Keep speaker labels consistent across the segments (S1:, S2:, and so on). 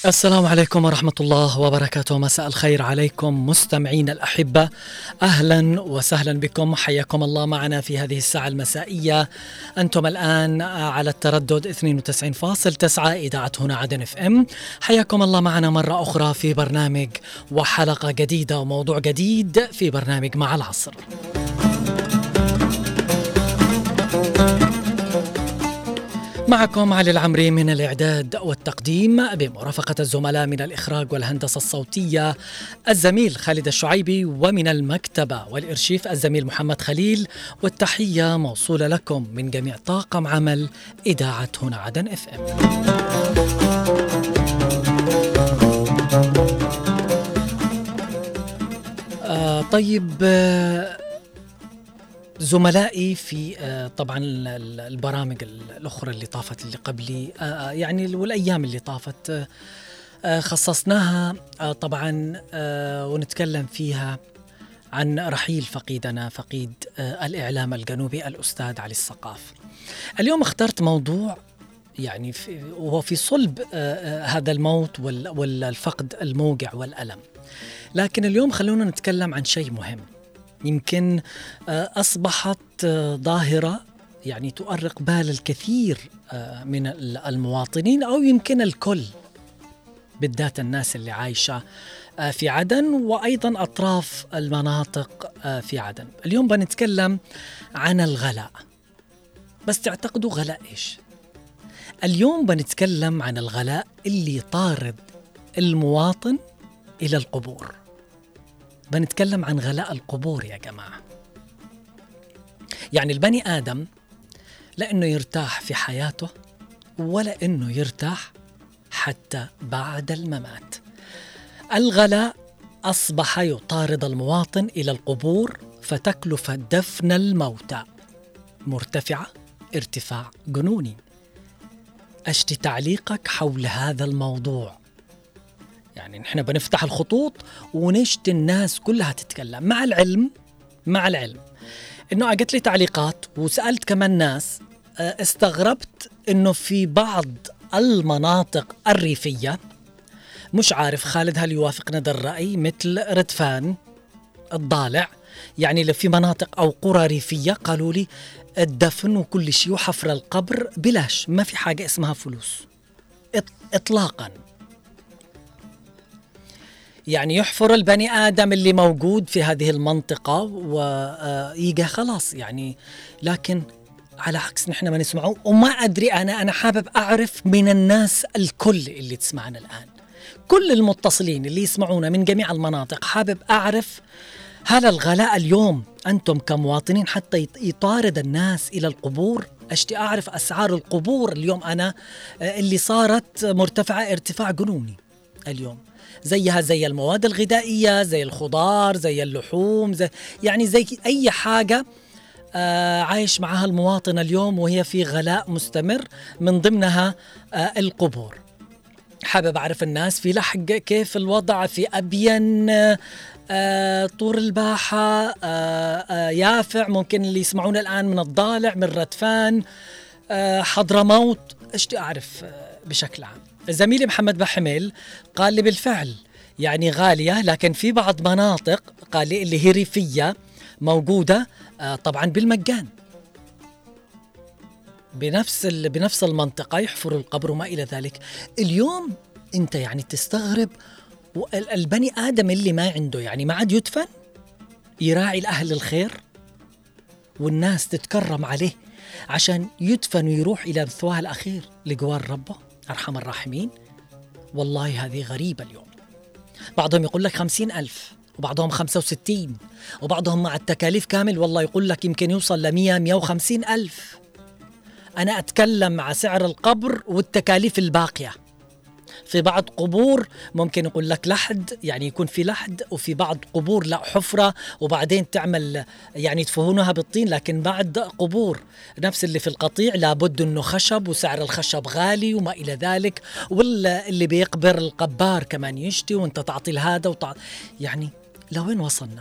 S1: السلام عليكم ورحمة الله وبركاته. مساء الخير عليكم مستمعين الأحبة، أهلا وسهلا بكم، حياكم الله معنا في هذه الساعة المسائية. أنتم الآن على التردد 92.9 إذاعة هنا عدن FM. حياكم الله معنا مرة أخرى في برنامج وحلقة جديدة وموضوع جديد في برنامج مع العصر. معكم علي العمري من الإعداد والتقديم، بمرافقة الزملاء من الإخراج والهندسة الصوتية الزميل خالد الشعيبي، ومن المكتبة والإرشيف الزميل محمد خليل. والتحية موصولة لكم من جميع طاقم عمل إذاعة هنا عدن FM. زملائي في طبعا البرامج الأخرى اللي طافت اللي قبلي، يعني والأيام اللي طافت خصصناها طبعا ونتكلم فيها عن رحيل فقيدنا، فقيد الإعلام الجنوبي الأستاذ علي السقاف. اليوم اخترت موضوع يعني وهو في صلب هذا الموت والفقد الموجع والألم، لكن اليوم خلونا نتكلم عن شيء مهم. يمكن أصبحت ظاهرة يعني تؤرق بال الكثير من المواطنين، أو يمكن الكل، بالذات الناس اللي عايشة في عدن وأيضا أطراف المناطق في عدن. اليوم بنتكلم عن الغلاء، بس تعتقدوا غلاء إيش؟ اليوم بنتكلم عن الغلاء اللي طارد المواطن إلى القبور. بنتكلم عن غلاء القبور يا جماعة. يعني البني آدم لا إنه يرتاح في حياته ولا إنه يرتاح حتى بعد الممات. الغلاء أصبح يطارد المواطن إلى القبور، فتكلفة دفن الموتى مرتفعة ارتفاع جنوني. أشتي تعليقك حول هذا الموضوع. يعني نحن بنفتح الخطوط ونشتي الناس كلها تتكلم، مع العلم إنه أجت لي تعليقات وسألت كمان ناس، استغربت إنه في بعض المناطق الريفية، مش عارف خالد هل يوافقنا ده الرأي، مثل ردفان، الضالع، يعني اللي في مناطق أو قرى ريفية قالوا لي الدفن وكل شيء وحفر القبر بلاش، ما في حاجة اسمها فلوس إطلاقاً. يعني يحفر البني آدم اللي موجود في هذه المنطقة ويجي خلاص يعني. لكن على عكس نحن ما نسمعه، وما أدري أنا حابب أعرف من الناس الكل اللي تسمعنا الآن، كل المتصلين اللي يسمعونا من جميع المناطق، حابب أعرف هل الغلاء اليوم أنتم كمواطنين حتى يطارد الناس إلى القبور؟ أشتي أعرف أسعار القبور اليوم أنا اللي صارت مرتفعة ارتفاع جنوني اليوم، زيها زي المواد الغذائية، زي الخضار، زي اللحوم، زي أي حاجة عايش معها المواطن اليوم وهي في غلاء مستمر، من ضمنها القبور. حابب أعرف الناس في لحق كيف الوضع في أبين، طور الباحة، يافع، ممكن اللي يسمعون الآن من الضالع، من ردفان، حضرموت. أشتي أعرف بشكل عام. زميلي محمد بحمل قال لي بالفعل يعني غالية، لكن في بعض مناطق قال لي اللي هي ريفية موجودة طبعا بالمجان، بنفس المنطقة يحفروا القبر وما إلى ذلك. اليوم أنت يعني تستغرب، البني آدم اللي ما عنده يعني ما عاد يدفن، يراعي الأهل الخير والناس تتكرم عليه عشان يدفن ويروح إلى مثواه الأخير لجوار ربه أرحم الراحمين. والله هذه غريبة اليوم. بعضهم يقول لك 50,000، وبعضهم 65، وبعضهم مع التكاليف كامل والله يقول لك يمكن يوصل ل100-150,000. أنا أتكلم مع سعر القبر والتكاليف الباقية. في بعض قبور ممكن يقول لك لحد، يعني يكون في لحد، وفي بعض قبور لا حفرة وبعدين تعمل يعني يدفنونها بالطين، لكن بعد قبور نفس اللي في القطيع لابد انه خشب وسعر الخشب غالي وما الى ذلك، واللي بيقبر القبار كمان يشتي وانت تعطي لهذا يعني لوين وصلنا؟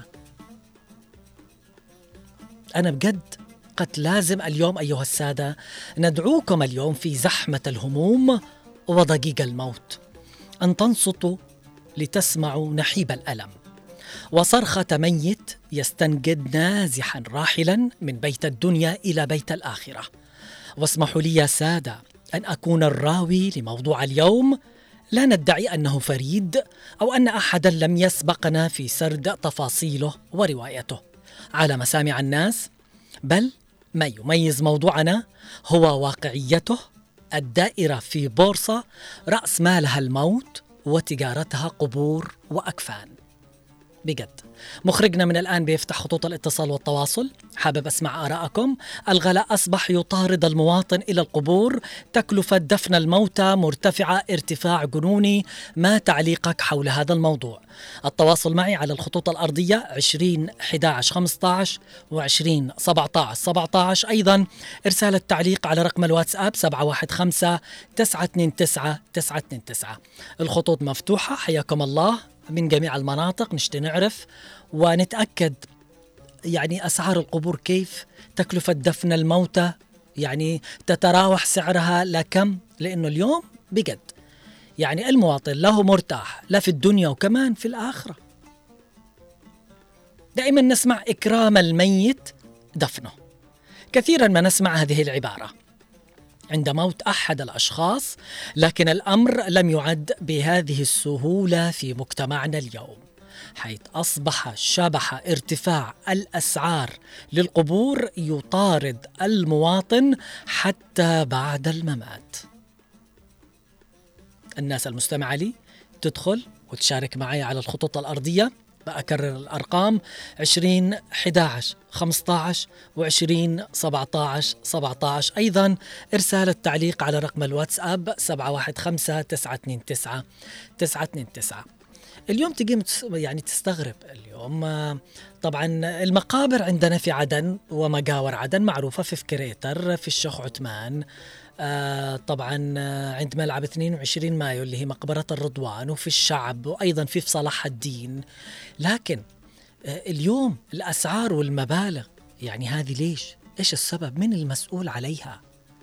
S1: انا بجد قد لازم اليوم أيها السادة ندعوكم اليوم في زحمة الهموم وضجيج الموت أن تنصتوا لتسمعوا نحيب الألم وصرخة ميت يستنجد نازحا راحلا من بيت الدنيا إلى بيت الآخرة. واسمحوا لي يا سادة أن أكون الراوي لموضوع اليوم. لا ندعي أنه فريد أو أن أحدا لم يسبقنا في سرد تفاصيله وروايته على مسامع الناس، بل ما يميز موضوعنا هو واقعيته الدائرة في بورصة رأس مالها الموت وتجارتها قبور وأكفان. بجد مخرجنا من الآن بيفتح خطوط الاتصال والتواصل، حابب أسمع آراءكم. الغلاء أصبح يطارد المواطن إلى القبور، تكلفة دفن الموتى مرتفعة ارتفاع جنوني. ما تعليقك حول هذا الموضوع؟ التواصل معي على الخطوط الأرضية 20 11 15 و20 17 17. أيضا إرسال التعليق على رقم الواتساب 715 929 929. الخطوط مفتوحة، حياكم الله من جميع المناطق. نشتي نعرف ونتأكد يعني أسعار القبور كيف، تكلفة دفن الموتى يعني تتراوح سعرها لكم، لأنه اليوم بجد يعني المواطن له مرتاح لا في الدنيا وكمان في الآخرة. دائما نسمع إكرام الميت دفنه، كثيرا ما نسمع هذه العبارة عند موت أحد الأشخاص، لكن الأمر لم يعد بهذه السهولة في مجتمعنا اليوم، حيث أصبح شبح ارتفاع الأسعار للقبور يطارد المواطن حتى بعد الممات. الناس المستمعة لي تدخل وتشارك معي على الخطوط الأرضية، بأكرر الأرقام 20 11 15 و20 17 17. أيضا إرسال التعليق على رقم الواتساب 715 929 929. اليوم تجي يعني تستغرب اليوم. طبعا المقابر عندنا في عدن ومقاور عدن معروفة في فكريتر في الشيخ عثمان، طبعا عند ملعب 22 مايو اللي هي مقبرة الرضوان، وفي الشعب، وأيضا في صلاح الدين. لكن اليوم الأسعار والمبالغ يعني هذه ليش؟ إيش السبب؟ من المسؤول عليها؟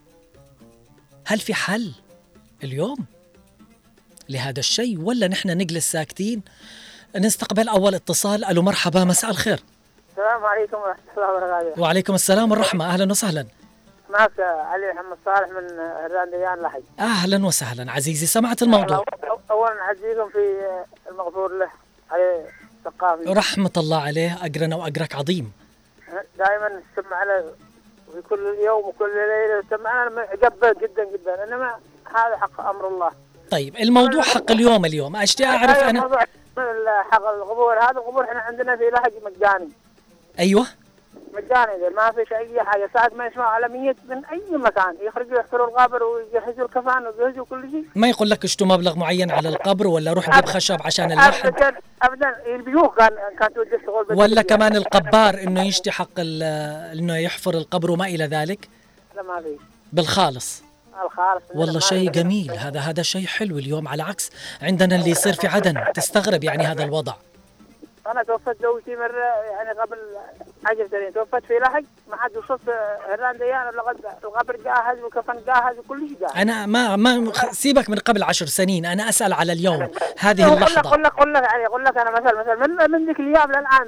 S1: هل في حل اليوم لهذا الشيء ولا نحن نجلس ساكتين؟ نستقبل أول اتصال. ألو مرحبا، مساء الخير.
S2: السلام عليكم ورحمة الله وبركاته.
S1: وعليكم السلام والرحمة، أهلا وسهلا.
S2: معك علي محمد صالح من الرانديان لحج.
S1: أهلا وسهلا عزيزي، سمعت الموضوع.
S2: أولا أعزيكم في المغفور له عليه ثقافي
S1: رحمة الله عليه، أجرنا وأجرك عظيم.
S2: دائما نسمع على في كل يوم وكل ليلة نسمع أنا معجب جدا جدا، إنما هذا حق أمر الله.
S1: طيب الموضوع حق اليوم أشتي أعرف أنا
S2: حق القبور. هذا القبور إحنا عندنا في لحج مجاني.
S1: أيوة
S2: مجاني، ما فيش أي حاجة. ساعة ما يسمعوا على ميت من أي مكان يخرجوا يحفروا القبر ويجهزوا الكفان ويجهزوا كل شيء.
S1: ما يقول لك اشتوا مبلغ معين على القبر ولا روح جيب خشب عشان اللحد
S2: أبدا. البيوت كانت تودي تشتغل
S1: ولا كمان القبار إنه يشتي حق إنه يحفر القبر وما إلى ذلك؟
S2: لا ما في
S1: بالخالص.
S2: الخالص
S1: والله شيء جميل، هذا شيء حلو اليوم، على عكس عندنا اللي يصير في عدن. تستغرب يعني هذا الوضع.
S2: أنا توفت زوجتي مرة يعني قبل 10 سنين، توفت في لحج ما حد وصلت الرانديان لقد القبر جاهز والكفن جاهز وكل شيء جاهز.
S1: أنا ما سيبك من قبل 10 سنين، أنا أسأل على اليوم هذه اللحظة.
S2: أقول لك أنا مثلا من ذيك الأيام للآن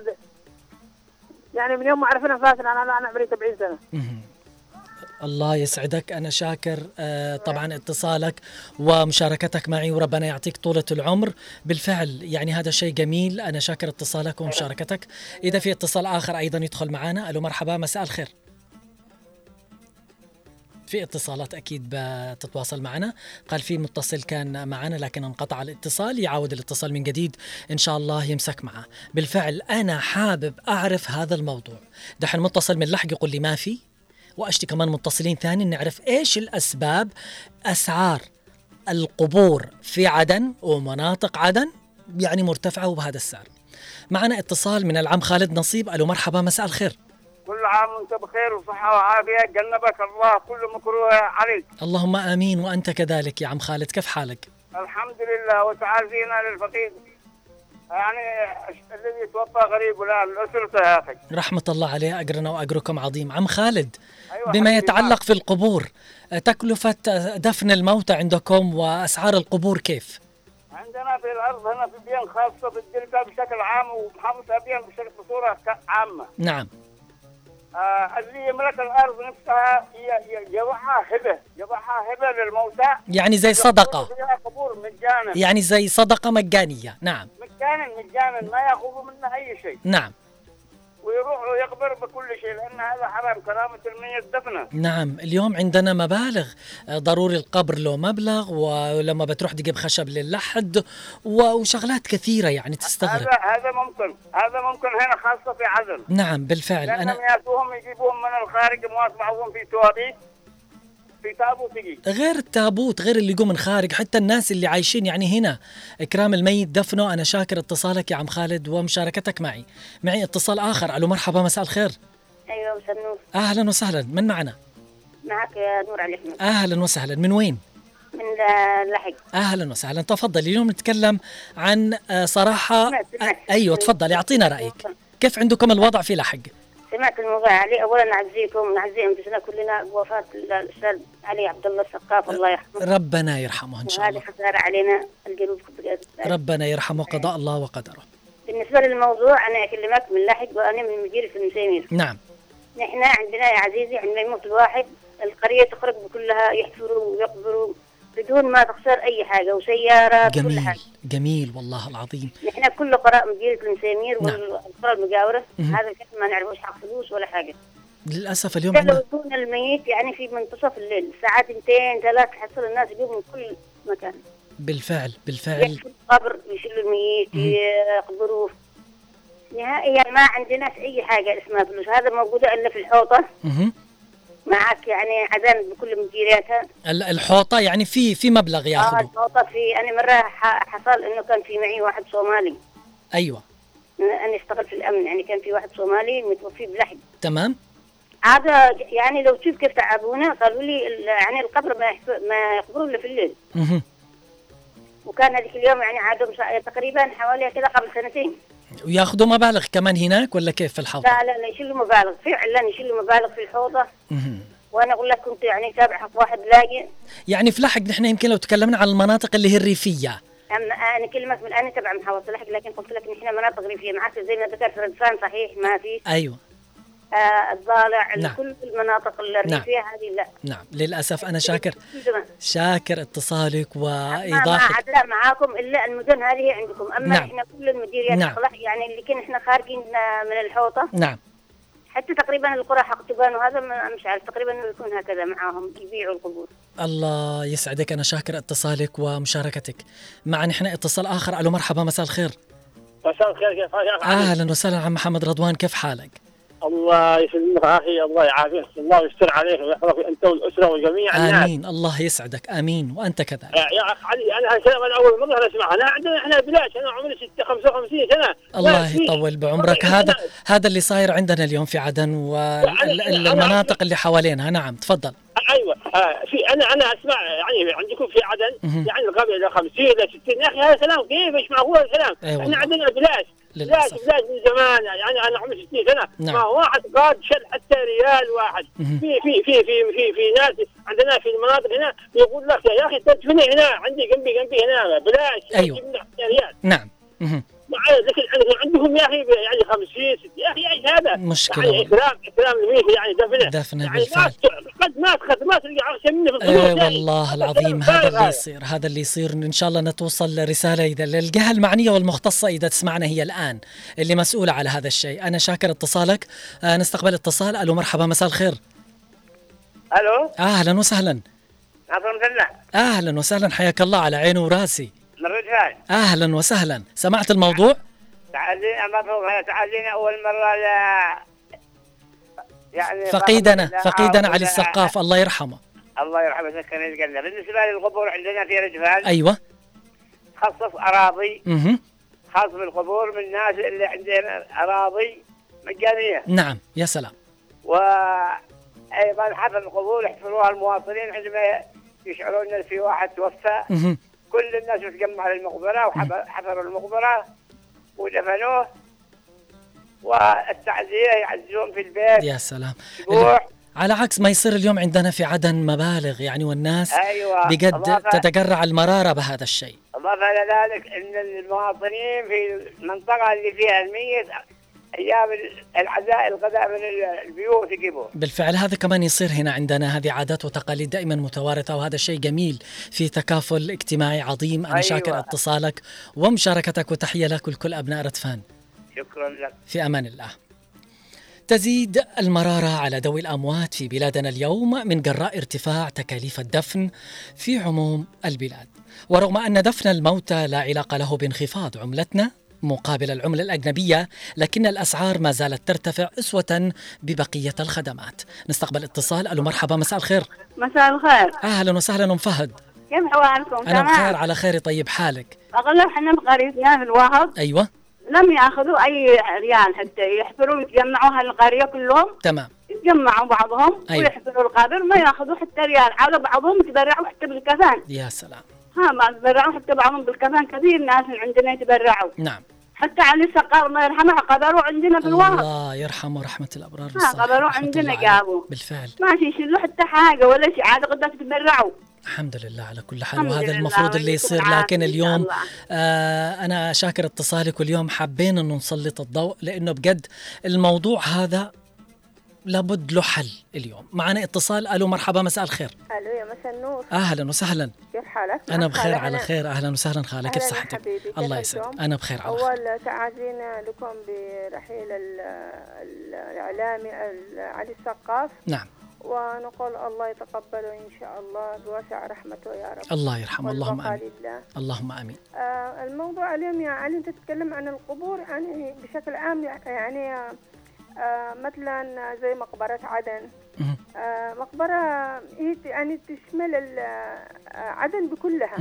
S2: يعني من يوم ما عرفنا فاتنا أنا عمري 70 سنة.
S1: الله يسعدك، أنا شاكر طبعا اتصالك ومشاركتك معي، وربنا يعطيك طولة العمر. بالفعل يعني هذا شيء جميل، أنا شاكر اتصالك ومشاركتك. إذا في اتصال آخر أيضا يدخل معنا. ألو مرحبا، مساء الخير. في اتصالات أكيد بتتواصل معنا. قال في متصل كان معنا لكن انقطع الاتصال، يعاود الاتصال من جديد إن شاء الله يمسك معه. بالفعل أنا حابب أعرف هذا الموضوع. دحين متصل من لحق يقول لي ما في، وأشتي كمان متصلين ثاني نعرف إيش الأسباب أسعار القبور في عدن ومناطق عدن يعني مرتفعة وبهذا السعر. معنا اتصال من العم خالد نصيب. ألو مرحبا، مساء الخير.
S3: كل عام وانت بخير وصحة وعافية، جنبك الله كل مكروه عليك.
S1: اللهم آمين وأنت كذلك يا عم خالد، كيف حالك؟
S3: الحمد لله، وتعازينا للفقيد يعني الذي توفى غريب الآن لأسرته يا أخي.
S1: رحمة الله عليه، أجرنا وأجركم عظيم. عم خالد،
S3: أيوة
S1: بما يتعلق في القبور، تكلفة دفن الموتى عندكم وأسعار القبور كيف؟
S3: في الارض هنا في بيان خاصه بالدلتا بشكل عام ومحافظه بيان بصوره عامه.
S1: نعم.
S3: اللي يملك الارض نفسها يضعها هبه للموتى،
S1: يعني زي صدقه،
S3: قبور مجانا،
S1: يعني زي صدقه مجانيه. نعم.
S3: مجانا ما ياخذوا منها اي شيء.
S1: نعم.
S3: ويروحوا يقبر بكل شيء لان هذا حرام، كرامه الميت دفنه.
S1: نعم. اليوم عندنا مبالغ، ضروري القبر له مبلغ، ولما بتروح تجيب خشب للحد وشغلات كثيره يعني تستغرب.
S3: هذا ممكن هنا خاصه في عدن.
S1: نعم بالفعل.
S3: لأنهم يأتوهم يجيبوهم من الخارج مواسبعهم في توابيت في تابوت يجي.
S1: غير التابوت، غير اللي يقوم من خارج، حتى الناس اللي عايشين يعني هنا إكرام الميت دفنه. أنا شاكر اتصالك يا عم خالد ومشاركتك معي اتصال آخر. ألو مرحبا، مساء الخير.
S4: أيوة مساء النور.
S1: أهلا وسهلا، من معنا؟
S4: معك يا نور علي أحمد.
S1: أهلا وسهلا، من وين؟
S4: من لحق.
S1: أهلا وسهلا، تفضل. اليوم نتكلم عن صراحة.
S4: سمعت.
S1: أيوة تفضل، يعطينا رأيك. كيف عندكم الوضع في لحق؟
S4: سمعت الموضوع علي. أولا نعزيكم ونعزي أنفسنا كلنا بوفاة الأستاذ علي عبد الله السقاف، الله يرحمه.
S1: ربنا يرحمه إن شاء الله.
S4: وهذه خسارة علينا القلوب.
S1: ربنا يرحمه، قضاء الله وقدره.
S4: بالنسبة للموضوع أنا أكلمك من لحق وأنا من مديرية المسامير.
S1: نعم.
S4: نحن عندنا يا عزيزي عندما يموت الواحد القرية تخرج كلها يحفروا ويقبروا بدون ما تخسر أي حاجة، وسيارات كل حاجة.
S1: جميل والله العظيم.
S4: نحن كل قراء مديرية المسامير والقرى المجاورة هذا الشيء ما نعرفوش حق فلوس ولا حاجة.
S1: للأسف اليوم عندنا
S4: لو يكون الميت يعني في منتصف الليل الساعات 2 3 حصل الناس يجوا من كل مكان.
S1: بالفعل
S4: يحفروا القبر، يشيلوا الميت، يقبروه. نهائيا ما عندناش أي حاجة اسمها فلوس. هذا موجودة إلا في الحوطة. معك يعني عدن بكل مديرياتها.
S1: الحوطة يعني في مبلغ ياخذه.
S4: الحوطة في. أنا مرة حصل إنه كان في معي واحد صومالي.
S1: أيوة.
S4: أنا اشتغلت في الأمن، يعني كان في واحد صومالي متوفي بلحق.
S1: تمام.
S4: هذا يعني لو تشوف كيف تعبونا، قالوا لي يعني القبر ما يقبروا إلا في الليل. وكان هذيك اليوم يعني عادهم تقريبا حوالي كذا قبل 2 سنين.
S1: وياخذوا مبالغ كمان هناك ولا كيف في الحوض؟
S4: لا يشيلوا مبالغ فعلا، يشيلوا مبالغ في الحوضة. وانا اقول لك كنت يعني تابع حق واحد لاقي.
S1: يعني في لحق نحن يمكن لو تكلمنا عن المناطق اللي هي الريفيه.
S4: انا كلمك من انا تبع محافظه لحق، لكن قلت لك نحن مناطق ريفيه معك زي ما ذكرت ردفان صحيح ما في.
S1: ايوه.
S4: الضالع.
S1: نعم.
S4: كل المناطق الريفيه هذه لا.
S1: نعم للاسف. انا شاكر اتصالك وايضاحك.
S4: ما عدلا معاكم الا المدن هذه عندكم، اما
S1: نعم.
S4: احنا كل المديريات
S1: نعم.
S4: يعني اللي كنا احنا خارجين من الحوطه.
S1: نعم.
S4: حتى تقريبا القرى حق تبان وهذا مش عارف تقريبا انه يكون هكذا معاهم يبيعوا القبور.
S1: الله يسعدك، انا شاكر اتصالك ومشاركتك معنا. نحن اتصال اخر. الو مرحبا، مساء الخير.
S3: مساء الخير، كيف حالك؟
S1: اهلا وسهلا عم محمد رضوان، كيف حالك؟
S3: الله يسلمك اخي، الله يعافيك، الله يستر عليك ويحفظك انت والاسره وجميع الناس.
S1: امين، الله يسعدك، امين وانت كذلك.
S3: يا اخ علي، انا هالكلام انا اول مره اسمعه. انا عندنا احنا بلاش، انا عمري 55 سنه.
S1: الله يطول بعمرك. هذا اللي صاير عندنا اليوم في عدن والمناطق اللي حوالينها. نعم تفضل.
S3: ايوه. في انا اسمع يعني عندكم في عدن يعني القبل 50 إلى 60. يا اخي هذا كلام كيف؟ مش معقول الكلام. احنا عندنا بلاش من زمان. يعني انا عمري 60 سنه.
S1: نعم.
S3: ما واحد قاد شل حتى ريال واحد. في ناس عندنا في المناطق هنا يقول لك يا اخي تدفني هنا عندي جنبي هنا بلاش.
S1: ايوه.
S3: ريال.
S1: نعم.
S3: لكن عندهم يا اخي يعني 50 60. يا اخي ايش هذا؟
S1: مشكله
S3: يعني اكرام الميت يعني دفنه
S1: يعني
S3: بالفعل. خدمات تلقى احسن منه في القبور.
S1: والله العظيم هذا اللي يصير. ان شاء الله نتوصل رساله اذا للجهه المعنيه والمختصه اذا تسمعنا هي الان اللي مسؤوله على هذا الشيء. انا شاكر اتصالك. نستقبل اتصال. الو مرحبا، مساء الخير.
S3: الو.
S1: اهلا وسهلا. اهلا وسهلا، حياك الله، على عيني وراسي.
S3: من رجال.
S1: اهلا وسهلا. سمعت الموضوع؟
S3: تعالينا اول مره يعني
S1: فقيدنا علي السقاف، الله يرحمه.
S3: الله يرحمه، سكن الجنه. بالنسبه للقبور عندنا في رجفان.
S1: ايوه.
S3: خصص اراضي خاص بالقبور من الناس اللي عندنا اراضي مجانيه.
S1: نعم يا سلام.
S3: وايضا حفر القبور يحفروها المواطنين عندما يشعرون ان في واحد توفى. كل الناس يتجمع على المقبره وحفروا المقبره ودفنوه، والتعزيه يعزون في البيت.
S1: يا سلام. على عكس ما يصير اليوم عندنا في عدن مبالغ يعني، والناس
S3: أيوة.
S1: بجد تتجرع المرارة بهذا الشيء.
S5: أضاف إلى ذلك أن المواطنين في المنطقة اللي فيها الميت أيام العزاء الغداء من البيوت يجيبوه.
S1: بالفعل هذا كمان يصير هنا عندنا، هذه عادات وتقاليد دائما متوارثة، وهذا شيء جميل في تكافل اجتماعي عظيم. أنا شاكر اتصالك ومشاركتك، وتحية لك ولكل أبناء ردفان.
S5: شكرا لك.
S1: في أمان الله. تزيد المرارة على ذوي الأموات في بلادنا اليوم من جراء ارتفاع تكاليف الدفن في عموم البلاد، ورغم أن دفن الموتى لا علاقة له بانخفاض عملتنا مقابل العملة الأجنبية، لكن الأسعار ما زالت ترتفع أسوة ببقية الخدمات. نستقبل اتصال. ألو مرحبا، مساء الخير.
S6: مساء الخير.
S1: أهلا وسهلا أم فهد.
S6: كيف حوالكم؟
S1: أنا بخير على خير. طيب حالك؟
S6: أقول لك احنا بقريتنا في الواحد.
S1: أيوة.
S6: لم يأخذوا أي ريال حتى يحفروا يتجمعوا هالقرية كلهم.
S1: تمام.
S6: يتجمعوا بعضهم.
S1: أيوة.
S6: ويحفروا القبر، ما يأخذوا حتى ريال، على بعضهم يتبرعوا حتى بالكفن.
S1: يا سلام.
S6: ما يتبرعوا حتى بعضهم بالكفن، كثير ناس عندنا يتبرعوا.
S1: نعم.
S6: حتى علي السقار الله يرحمه قبروا عندنا في الواحد.
S1: الله يرحمه ورحمة الأبرار.
S6: قبروا عندنا جابوا.
S1: بالفعل.
S6: ماشي يشيلوا حتى حاجة ولا شيء، عاد قدرت يتبرعوا.
S1: الحمد لله على كل حال، وهذا المفروض اللي يصير. لكن اليوم أنا شاكر اتصالك، واليوم حابين أنه نسلط الضوء، لأنه بجد الموضوع هذا لابد له حل. اليوم معنا اتصال. ألو مرحبا، مساء الخير.
S2: ألو يا مساء النور.
S1: أهلا وسهلا.
S2: كيف حالك؟
S1: أنا بخير على خير. أهلا وسهلا خالة، كيف صحتك؟ الله يسعدك. أنا بخير على خير.
S2: أول تعازينا لكم برحيل الإعلامي علي السقاف.
S1: نعم.
S2: ونقول الله يتقبله إن شاء الله بواسع رحمته يا رب.
S1: الله يرحمه. اللهم آمين.
S2: لله.
S1: اللهم آمين.
S2: الموضوع اليوم يا علي أنت تتكلم عن القبور يعني بشكل عام، يعني مثلا زي مقبرة عدن. مقبرة يعني تشمل عدن بكلها.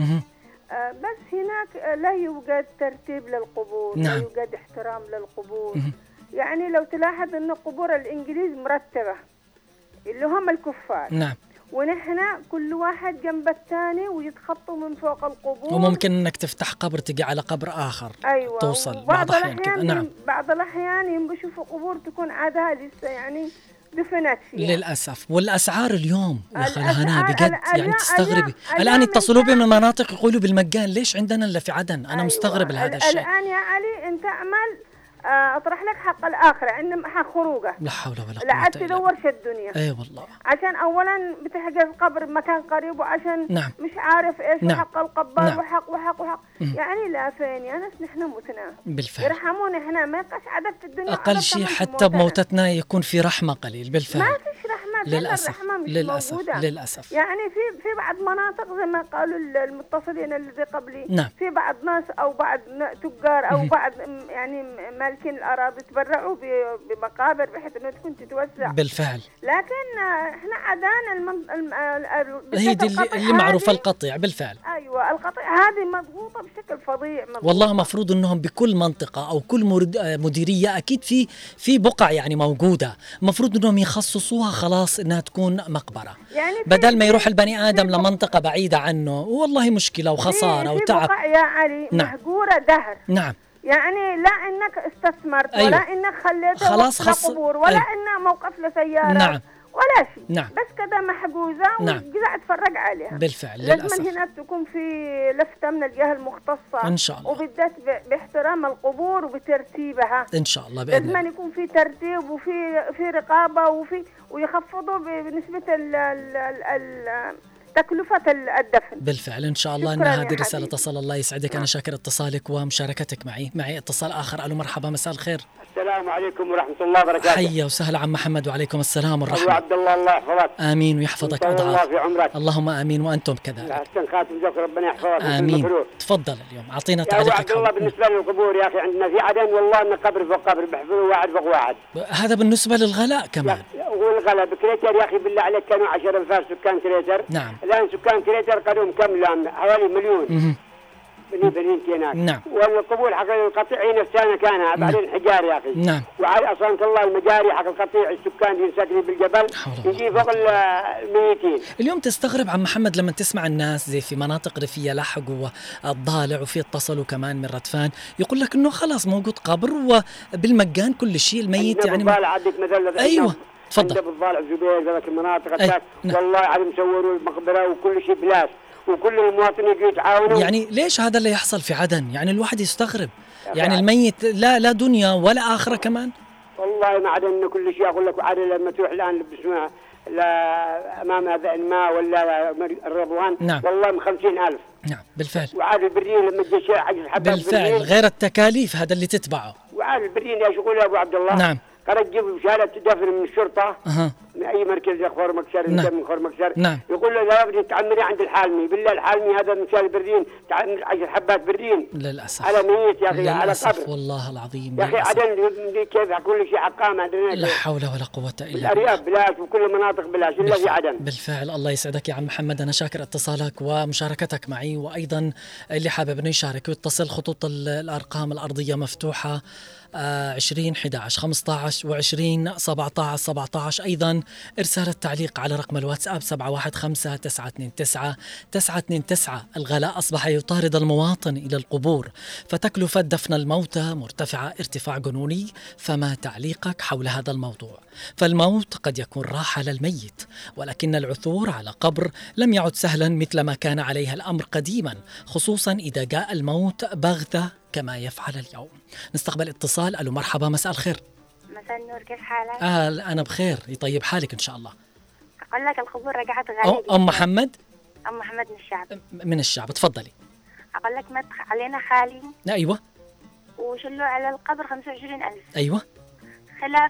S2: بس هناك لا يوجد ترتيب للقبور.
S1: نعم.
S2: لا يوجد احترام للقبور. يعني لو تلاحظ أن قبور الإنجليز مرتبة اللي هم الكفار.
S1: نعم.
S2: ونحن كل واحد جنب الثاني ويتخطوا من فوق القبور،
S1: وممكن انك تفتح قبر تجي على قبر اخر.
S2: أيوة.
S1: توصل بعض الأحيان كده. نعم.
S2: بعض الأحيان بشوفوا قبور تكون عادها لسه يعني دفنت فيها
S1: للأسف. والأسعار اليوم يا خالة هنا بجد يعني تستغربي. الآن يتصلوا بي من مناطق يقولوا بالمجان، ليش عندنا إلا في عدن؟ أنا
S2: أيوة.
S1: مستغرب لهذا الشيء.
S2: الآن يا علي أنت أعمل أطرح لك حق الآخرة إن حق خروجه.
S1: لا حول ولا قوة
S2: لا تدورش الدنيا.
S1: أي والله.
S2: عشان أولا بتحجز قبر بمكان قريب، وعشان
S1: نعم.
S2: مش عارف إيش.
S1: نعم.
S2: وحق القبار.
S1: نعم.
S2: وحق يعني لا فين يا ناس نحن متنا.
S1: بالفعل.
S2: يرحموني إحنا ما يبقاش عدد في الدنيا.
S1: أقل شيء حتى بموتتنا يكون في رحمة قليل. بالفعل.
S2: ما فيش رحمة.
S1: للأسف.
S2: موجودة.
S1: للأسف.
S2: يعني في بعض مناطق زي ما قالوا المتصلين اللي قبلي.
S1: نعم.
S2: في بعض ناس أو بعض تجار أو بعض يعني مالكين الأراضي تبرعوا بمقابر بحيث إنه تكون تتوسع.
S1: بالفعل.
S2: لكن إحنا عدانا
S1: هي دي اللي معروفة القطيع. بالفعل.
S2: أيوة القطيع هذه مضغوطة بشكل فظيع.
S1: والله مفروض إنهم بكل منطقة أو كل مديرية أكيد في بقع يعني موجودة، مفروض إنهم يخصصوها خلاص إنها تكون مقبرة، يعني بدل ما يروح البني آدم لمنطقة بعيدة عنه. والله مشكلة وخسارة وتعب.
S2: بقع يا علي. نعم. مهجورة دهر.
S1: نعم.
S2: يعني لا انك استثمرت. أيوة. ولا انك خليته
S1: خلاص
S2: قبور ولا
S1: أيوة.
S2: انه موقف لسيارة.
S1: نعم.
S2: ولا شيء.
S1: نعم.
S2: بس كذا محجوزة.
S1: نعم.
S2: وقاعد اتفرج عليها.
S1: بالفعل. للأسف.
S2: لازم هنا تكون في لفتة من الجهة المختصة
S1: إن شاء الله،
S2: وبالذات باحترام القبور وبترتيبها.
S1: إن شاء الله بإذن الله.
S2: لازم يكون في ترتيب وفي رقابة ويخفضوا بنسبة تكلفة الدفن.
S1: بالفعل إن شاء الله أن هذه رسالة تصل. الله يسعدك. أنا شاكر اتصالك ومشاركتك معي اتصال آخر. ألو مرحبا، مساء الخير.
S5: السلام عليكم ورحمة الله وبركاته.
S1: حيا وسهلا عم محمد. وعليكم السلام والرحمة.
S5: أبو عبد الله الله يحفظك.
S1: آمين ويحفظك
S5: أضعاف. الله في عمرك.
S1: اللهم آمين وأنتم كذلك.
S5: أحسن خاتم ذكر ربنا يحفظك.
S1: آمين. تفضل اليوم أعطينا
S5: تعليقك.
S1: تعليقك.
S5: يا أبو عبد الله بالنسبة للقبور يا أخي عندنا في عدن والله إن قبر فوق قبر بحفروا واحد فوق واحد.
S1: هذا بالنسبة للغلاء كمان.
S5: والغلاء بكريتر يا أخي بالله عليك كانوا 10 أنفار سكان كريتر.
S1: نعم.
S5: الآن سكان كريتر قدهم كم الآن حوالي مليون. بنين هناك.
S1: نعم.
S5: والقبول حق القطيع نفسنا كانها بعدين حجار يا أخي.
S1: نعم.
S5: وعلى أصلا الله المجاري حق القطيع السكان اللي ساكنين بالجبل يجي فوق الميتين.
S1: اليوم تستغرب عم محمد لما تسمع الناس زي في مناطق ريفية لحقوا الضالع وفي اتصلوا كمان من ردفان يقول لك إنه خلاص موجود قبر وبالمجان كل شيء الميت يعني.
S5: بالضالع عندك مثلا.
S1: أيوة. تفضل.
S5: بالضالع زبير ذاك المناطق والله عاد مسوروا المقبرة وكل شيء بلاش. وكل المواطنين يتعاونوا.
S1: يعني ليش هذا اللي يحصل في عدن؟ يعني الواحد يستغرب، يعني الميت لا دنيا ولا آخرة كمان.
S5: والله ما عدا إن كل شيء أقول لك، وعدا لما تروح الآن بسمها لا أمام هذا الماء ولا الرضوان.
S1: نعم.
S5: والله من 50,000.
S1: نعم بالفعل.
S5: وعاد البرين لما تجي عجز حبات
S1: بالفعل
S5: برين.
S1: غير التكاليف هذا اللي تتبعه.
S5: وعاد البرين يا شغل يا أبو عبد الله.
S1: نعم.
S5: قرأت تجيب شهادة دفن من الشرطة.
S1: أها.
S5: من أي مركز خور مكسر.
S1: نعم.
S5: من خور مكسر.
S1: نعم.
S5: يقول له لا بدي تعمري عند الحالمي، بالله الحالمي هذا مثال برين تعمر 10 حبات برين.
S1: للأسف.
S5: على ميت يا أخي، على قبر.
S1: والله العظيم
S5: يا أخي عدن كيف كل شيء حقام عندنا.
S1: لا حول ولا قوة إلا بالله.
S5: الأرياف بلاش وكل المناطق بلاش إلا في عدن.
S1: بالفعل. الله يسعدك يا عم محمد، أنا شاكر اتصالك ومشاركتك معي، وأيضا اللي حابب أنه يشارك ويتصل، خطوط الأرقام الأرضية مفتوحة 20 11 15 و20 17 17. أيضا إرسال التعليق على رقم الواتساب 715 929 929. الغلاء أصبح يطارد المواطن إلى القبور، فتكلفة دفن الموتى مرتفعة ارتفاع جنوني. فما تعليقك حول هذا الموضوع؟ فالموت قد يكون راحة للميت، ولكن العثور على قبر لم يعد سهلا مثل ما كان عليه الأمر قديما، خصوصا إذا جاء الموت بغتة كما يفعل اليوم. نستقبل اتصال. ألو مرحبا، مساء الخير.
S7: مساء النور، كيف حالك؟
S1: أنا بخير، يطيب حالك إن شاء الله.
S7: أقول لك القبور رجعت غالية.
S1: أم محمد؟
S7: أم محمد من الشعب.
S1: من الشعب، تفضلي.
S7: أقول لك مدخل علينا خالي.
S1: أيوة.
S7: وشلوا على القبر 25,000.
S1: أيوة.
S7: خلاف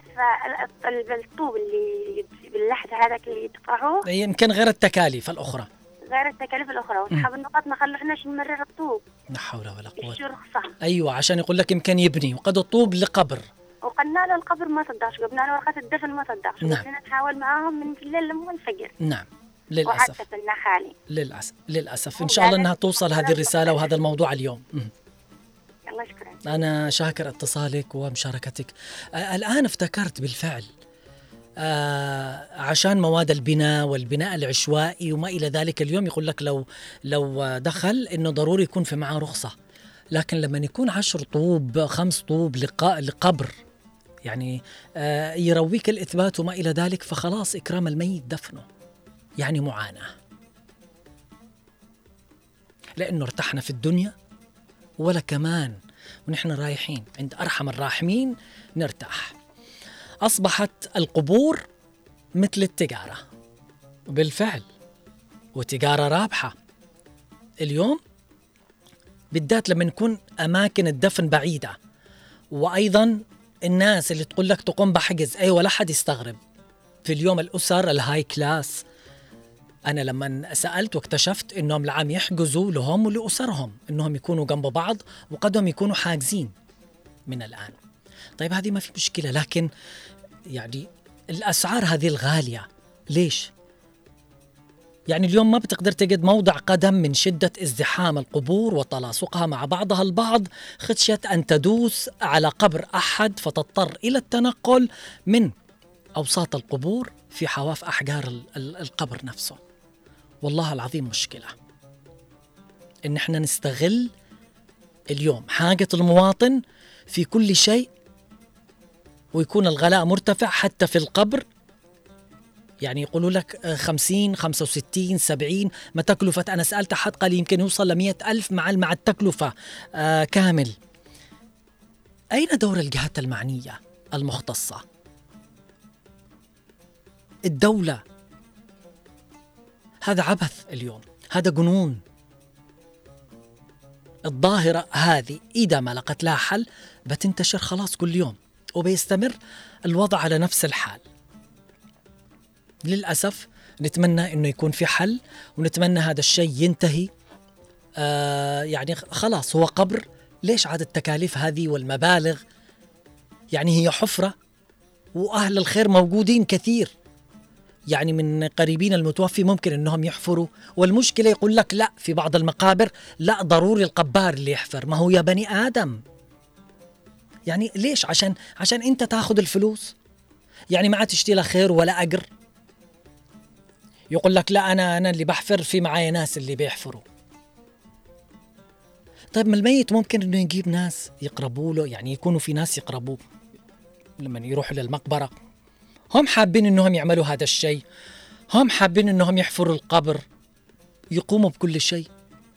S7: الطوب اللي باللحد هذاك اللي يدفعوه.
S1: يمكن غير التكاليف الأخرى.
S7: غير التكاليف الأخرى، وأصحاب النقاط ما خلوحناش نمرر الطوب.
S1: لا حول ولا قوة.
S7: الشو رخصة.
S1: أيوة، عشان يقول لك يمكن يبني، وقد الطوب لقبر.
S7: وقلنا له القبر ما صدقش، جبنا له ورقة الدفن ما صدقش.
S1: نعم.
S7: نحاول معاهم من الليل لما الفجر.
S1: نعم للأسف.
S7: وحتى خالي.
S1: للأسف إن شاء الله أنها توصل هذه الرسالة وهذا الموضوع اليوم.
S7: الله شكرا.
S1: أنا شاكر اتصالك ومشاركتك. الآن افتكرت بالفعل عشان مواد البناء والبناء العشوائي وما إلى ذلك، اليوم يقول لك لو دخل إنه ضروري يكون في معه رخصة، لكن لما يكون 10 طوب 5 طوب لقبر يعني يرويك الإثبات وما إلى ذلك، فخلاص إكرام الميت دفنه يعني معاناة، لأنه ارتحنا في الدنيا ولا كمان ونحن رايحين عند أرحم الراحمين نرتاح. أصبحت القبور مثل التجارة بالفعل، وتجارة رابحة اليوم، بالذات لما نكون أماكن الدفن بعيدة. وأيضا الناس اللي تقول لك تقوم بحجز، أيوة لا حد يستغرب في اليوم الأسر الهاي كلاس. أنا لما سألت واكتشفت إنهم العام يحجزوا لهم ولأسرهم إنهم يكونوا جنب بعض، وقدهم يكونوا حاجزين من الآن. طيب هذه ما في مشكلة، لكن يعني الأسعار هذه الغالية ليش؟ يعني اليوم ما بتقدر تجد موضع قدم من شدة ازدحام القبور وتلاصقها مع بعضها البعض، خشية أن تدوس على قبر أحد فتضطر إلى التنقل من أوساط القبور في حواف أحجار القبر نفسه. والله العظيم مشكلة إن احنا نستغل اليوم حاجة المواطن في كل شيء، ويكون الغلاء مرتفع حتى في القبر. يعني يقولوا لك 50 65 70 ما تكلفة. أنا سألت أحد قال يمكن يوصل ل100,000 مع التكلفة كامل. أين دور الجهات المعنية المختصة؟ الدولة. هذا عبث اليوم، هذا جنون. الظاهرة هذه إذا ما لقت لها حل بتنتشر خلاص كل يوم، وبيستمر الوضع على نفس الحال. للأسف نتمنى إنه يكون في حل، ونتمنى هذا الشيء ينتهي. يعني خلاص هو قبر، ليش عاد التكاليف هذه والمبالغ؟ يعني هي حفرة وأهل الخير موجودين كثير، يعني من قريبين المتوفي ممكن إنهم يحفروا، والمشكلة يقول لك لا في بعض المقابر لا ضروري القبار اللي يحفر. ما هو يا بني آدم، يعني ليش؟ عشان أنت تاخذ الفلوس، يعني ما عاد تشتي له خير ولا أجر. يقول لك لا أنا اللي بحفر، في معايا ناس اللي بيحفروا. طيب ما الميت ممكن إنه يجيب ناس يقربوا له، يعني يكونوا في ناس يقربوه لما يروحوا للمقبرة، هم حابين إنهم يعملوا هذا الشيء، هم حابين إنهم يحفروا القبر. يقوموا بكل شيء.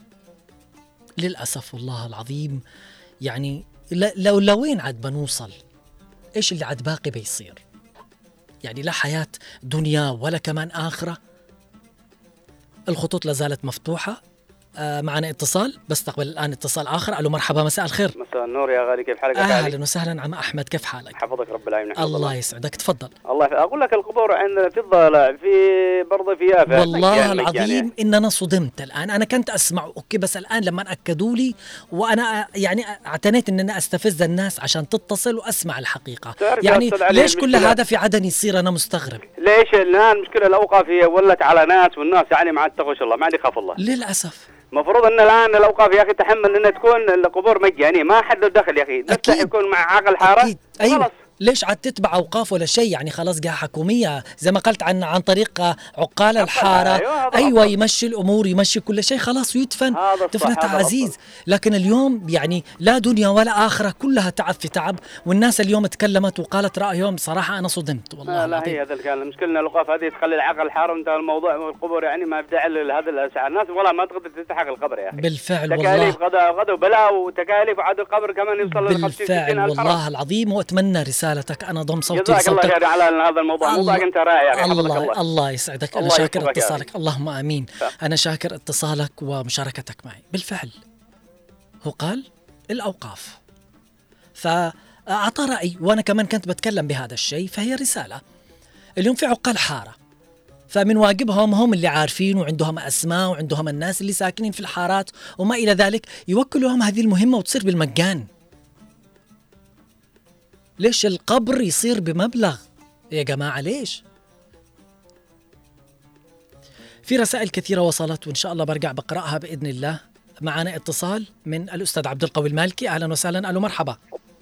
S1: للأسف والله العظيم يعني لوين عاد بنوصل؟ إيش اللي عاد باقي بيصير؟ يعني لا حياة دنيا ولا كمان آخرة. الخطوط لازالت مفتوحة. معنا اتصال، بستقبل الآن اتصال آخر. ألو مرحبا، مساء الخير.
S8: مساء النور يا غالي، كيف حالك؟
S1: أهلا وسهلا عم أحمد، كيف حالك؟
S8: حفظك رب العالمين.
S1: الله يسعدك، تفضل.
S8: الله أقول لك القبور عندنا في الضلع، في برضه في يافا.
S1: والله العظيم إن أنا صدمت الآن. أنا كنت أسمع أوكي، بس الآن لما أكدوا لي وأنا يعني اعتنيت إن أنا أستفز الناس عشان تتصل وأسمع الحقيقة. يعني ليش كل هذا في عدن يصير؟ أنا مستغرب.
S8: ليش الآن المشكلة الأوقافية ولت على ناس، والناس يعني ما عاد تخش الله، ما عاد يخاف الله.
S1: للأسف.
S8: مفروض ان الان الاوقاف يا اخي تحمل ان تكون القبور مجانيه، ما حد له دخل يا اخي. نفتح يكون مع عقل حاره.
S1: أكيد. أيوة. ليش عاد تتبع اوقاف ولا شيء؟ يعني خلاص جهه حكوميه زي ما قلت عن طريق عقال الحاره. ايوه يمشي الامور، يمشي كل شيء، خلاص ويدفن دفنة عزيز. لكن اليوم يعني لا دنيا ولا اخره، كلها تعب في تعب. والناس اليوم تكلمت وقالت رايهم. صراحه انا صدمت والله.
S8: لا هي هذا الكلام. المشكله الاوقاف هذه تخلي العقل الحاره انتهى الموضوع. والقبور يعني ما بدع لهذا الاسعار. الناس والله ما تقدر تستحق القبر يا اخي.
S1: بالفعل
S8: تكاليف والله. غدا وبلاء وتكاليف، وعاد القبر كمان يوصل ل 50
S1: بالفعل والله العظيم. واتمنى رسالتك، انا ضم صوتي
S8: جزاك الله خير على هذا الموضوع. موضوعك انت رائع.
S1: الله يسعدك. انا شاكر اتصالك. اللهم امين. انا شاكر اتصالك ومشاركتك معي. بالفعل هو قال الاوقاف، فاعطى راي وانا كمان كنت بتكلم بهذا الشيء. فهي رساله. اليوم في عقال حاره، فمن واجبهم هم اللي عارفين وعندهم اسماء وعندهم الناس اللي ساكنين في الحارات وما الى ذلك يوكلوهم هذه المهمه وتصير بالمجان. ليش القبر يصير بمبلغ يا جماعة؟ ليش؟ في رسائل كثيرة وصلت وإن شاء الله برجع بقرأها بإذن الله. معنا اتصال من الأستاذ عبد القوي المالكي. أهلا وسهلا. ألو مرحبا.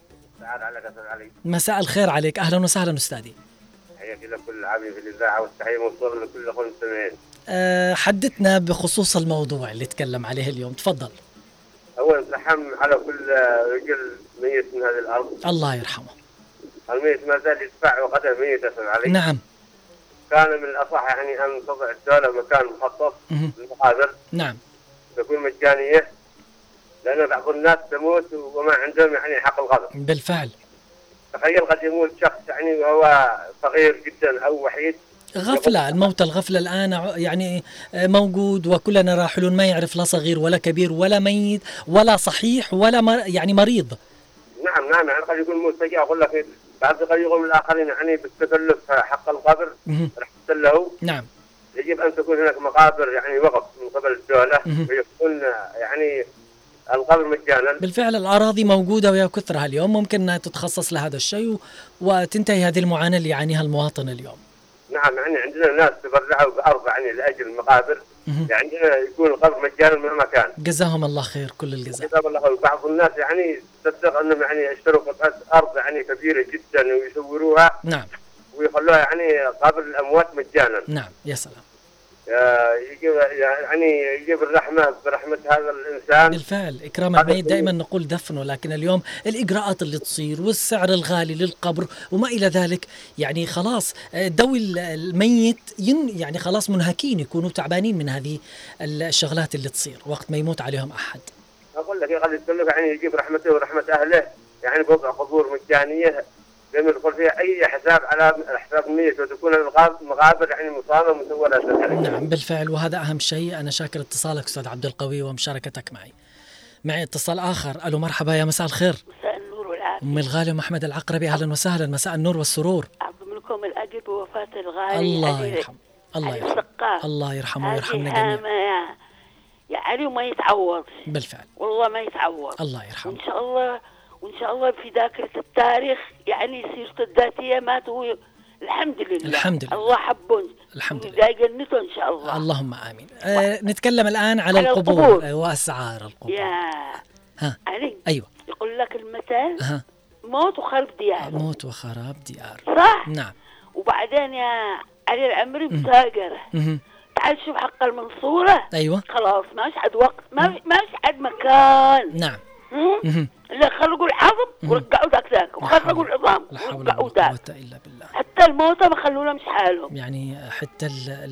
S1: مساء الخير عليك. أهلا وسهلا أستاذي.
S9: حياك الله كل عام في الإذاعة، والتحية موصولة لكل أخوان المستمعين.
S1: حدثنا بخصوص الموضوع اللي تكلم عليه اليوم، تفضل.
S9: أولا تحم على كل رجل ميت من هذه الأرض، الله
S1: يرحمه.
S9: الميت ما زال يدفع وقدر ميت أسأل عليه.
S1: نعم.
S9: كان من الأصح يعني أن تضع الدولة مكان مخصص للمقابر.
S1: نعم.
S9: تكون مجانية، لأن بعض الناس تموت وما عندهم يعني حق القبر.
S1: بالفعل.
S9: تخيل قد يموت شخص يعني وهو صغير جدا أو وحيد.
S1: غفلة، الموت الغفلة الآن يعني موجود وكلنا راحلون، ما يعرف لا صغير ولا كبير ولا ميت ولا صحيح ولا يعني مريض.
S9: نعم يعني قد يكون موت فجأة. أقول لك بعض قد يقوم الآخرين يعني بالتكلف حق القبر رحمة له.
S1: نعم.
S9: يجب أن تكون هناك مقابر يعني وقف من قبل الدولة ويكون يعني القبر مجانا.
S1: بالفعل الأراضي موجودة ويا كثرها اليوم، ممكن أنها تتخصص لهذا الشيء وتنتهي هذه المعاناة اللي يعانيها المواطن اليوم.
S9: نعم يعني عندنا ناس تبرعوا بأرض يعني لأجل المقابر. يعني عندنا يكون القبر مجانا من مكان.
S1: جزاهم الله خير كل الجزاء.
S9: جزاهم الله خير. بعض الناس يعني تصدق أنهم يعني يشتروا قطعة أرض يعني كبيرة جدا ويصوروها.
S1: نعم.
S9: ويخلوها يعني قبر الأموات مجانا.
S1: نعم يا سلام.
S9: يجيب الرحمة برحمة هذا الإنسان.
S1: بالفعل إكرام الميت دائما نقول دفنه، لكن اليوم الإجراءات اللي تصير والسعر الغالي للقبر وما إلى ذلك يعني خلاص ذوي الميت يعني خلاص منهكين، يكونوا تعبانين من هذه الشغلات اللي تصير وقت ما يموت عليهم أحد.
S9: أقول لك قد يتكلف يعني يجيب رحمته ورحمة أهله يعني بوضع قبور مجانية لم يدخل فيها أي حساب على حساب النية، وتكون المقابر يعني مصانة مسولة.
S1: نعم بالفعل، وهذا أهم شيء. أنا شاكر اتصالك أستاذ عبد القوي ومشاركتك معي اتصال آخر. ألو مرحبا، يا مساء الخير.
S10: مساء النور والعافية.
S1: أم الغالي محمد العقربي، أهلا وسهلا. مساء النور والسرور.
S10: أعظم لكم الأجر بوفاة الغالي.
S1: الله يرحمه. الله يرحمه ويرحمنا جميعا.
S10: يا علي وما يتعوض.
S1: بالفعل
S10: والله ما يتعوض.
S1: الله يرحمه.
S10: وإن شاء الله في ذاكرة التاريخ يعني سيرته الذاتية ماتوا الحمد لله.
S1: الحمد لله.
S10: الله حبهم.
S1: الحمد لله.
S10: جنته إن شاء الله.
S1: اللهم آمين. نتكلم الآن على القبور وأسعار القبور.
S10: يا علي.
S1: أيوة.
S10: يقول لك المثل موت وخراب ديار.
S1: موت وخراب ديار.
S10: صح؟
S1: نعم.
S10: وبعدين يا علي العمري بساقرة. تعال شوف حق المنصورة.
S1: أيوة.
S10: خلاص ماش عاد وقت، ماش عاد مكان.
S1: نعم.
S10: اللي خلقوا العظم ورجعوا ذاك وخلقوا العظام ورجعوا ذاك.
S1: إلا بالله.
S10: حتى الموتى ما خلوا لهمش حالهم.
S1: يعني حتى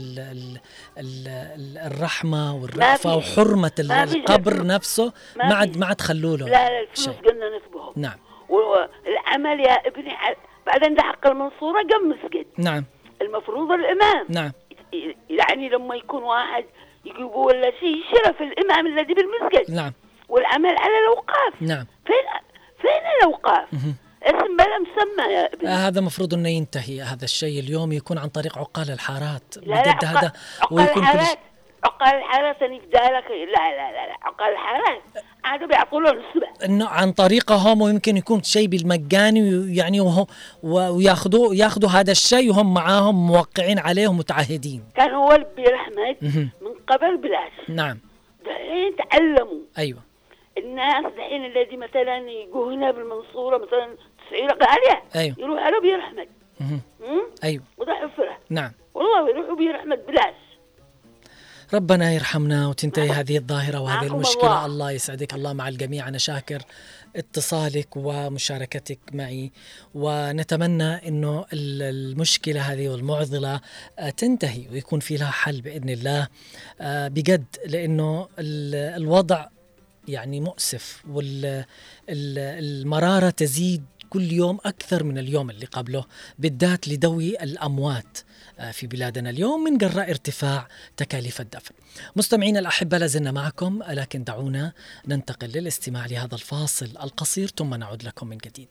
S1: الرحمة والرأفة وحرمة القبر نفسه ما عاد خلوا له.
S10: لا الفلوس قلنا نسبهم.
S1: نعم.
S10: والعمل يا ابني بعدين ده حق المنصورة قم مسجد.
S1: نعم.
S10: المفروض الإمام.
S1: نعم.
S10: يعني لما يكون واحد يجيبوا ولا شيء شرف الإمام الذي بالمسجد.
S1: نعم.
S10: والعمل على الأوقاف.
S1: نعم.
S10: فين الأوقاف؟ اسم بلا مسمى يا ابني.
S1: هذا مفروض انه ينتهي هذا الشيء اليوم، يكون عن طريق عقال الحارات.
S10: لا هذا ويكون عقال الحارات نفدالك. لا عقال الحارات عادوا بيعطوا له نسبة
S1: انه عن طريقهم، ويمكن يكون شيء بالمجاني يعني وياخذوا هذا الشيء وهم معاهم موقعين عليه ومتعهدين.
S10: كان هو اللي بيرحمد من قبل بلاش.
S1: نعم.
S10: دحين تعلموا.
S1: ايوه.
S10: الناس دحين الذي مثلا يجوا هنا بالمنصورة مثلا تسعيرة غالية.
S1: أيوه.
S10: يروح على بيرحمد.
S1: ايوه.
S10: وده حفرة.
S1: نعم.
S10: والله يروحوا بيرحمد بلاش.
S1: ربنا يرحمنا وتنتهي هذه الظاهرة وهذه المشكلة. الله يسعدك، الله مع الجميع. أنا شاكر اتصالك ومشاركتك معي، ونتمنى أنه المشكلة هذه والمعضلة تنتهي ويكون في لها حل بإذن الله بجد، لأنه الوضع يعني مؤسف، والمرارة تزيد كل يوم أكثر من اليوم اللي قبله، بالذات لذوي الأموات في بلادنا اليوم من جراء ارتفاع تكاليف الدفن. مستمعين الأحبة، لازلنا معكم، لكن دعونا ننتقل للاستماع لهذا الفاصل القصير ثم نعود لكم من جديد.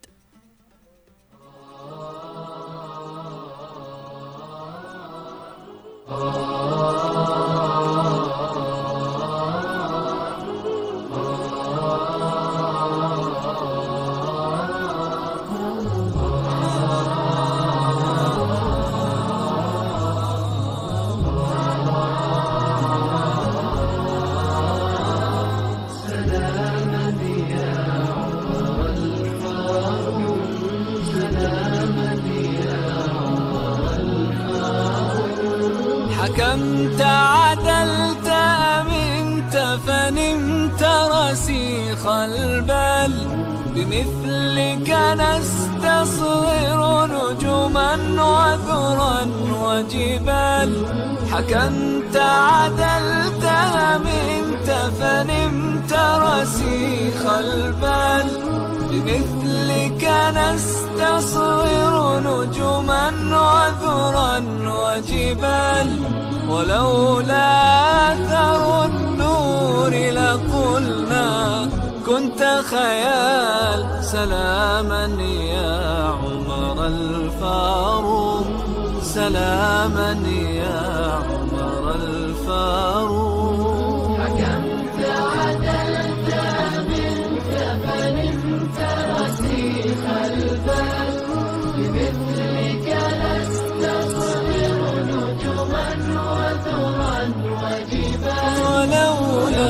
S11: حكمت عدلت أمنت فنمت رسيخ البال، بمثلك نستصغر نجما وذرا وجبال. حكمت عدلت أمنت فنمت رسيخ البال، بمثلك نستصغر نجما وذرا وجبال. ولولا أثر النور لقلنا كنت خيال. سلاما يا عمر الفاروق، سلاما يا عمر الفاروق. حكمت عدلت منك فنمت رسيخ البال، بمثلك نستصغر نجما وذرا وجبال. ولولا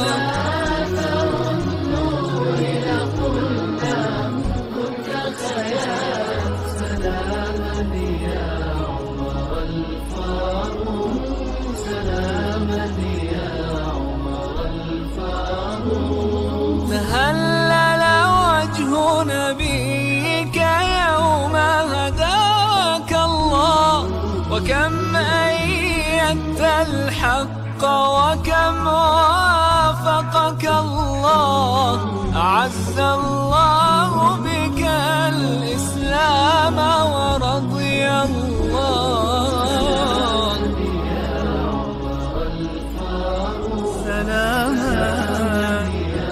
S11: أثر النور لقلنا كنت خيال. سلاما يا عمر الفاروق، سلاما يا عمر الفاروق. تهلل وجه نبيك يوم هداك الله، وكم أيدت الحق وكم وافقك الله. أعز الله بك الإسلام ورضي الله. سلاما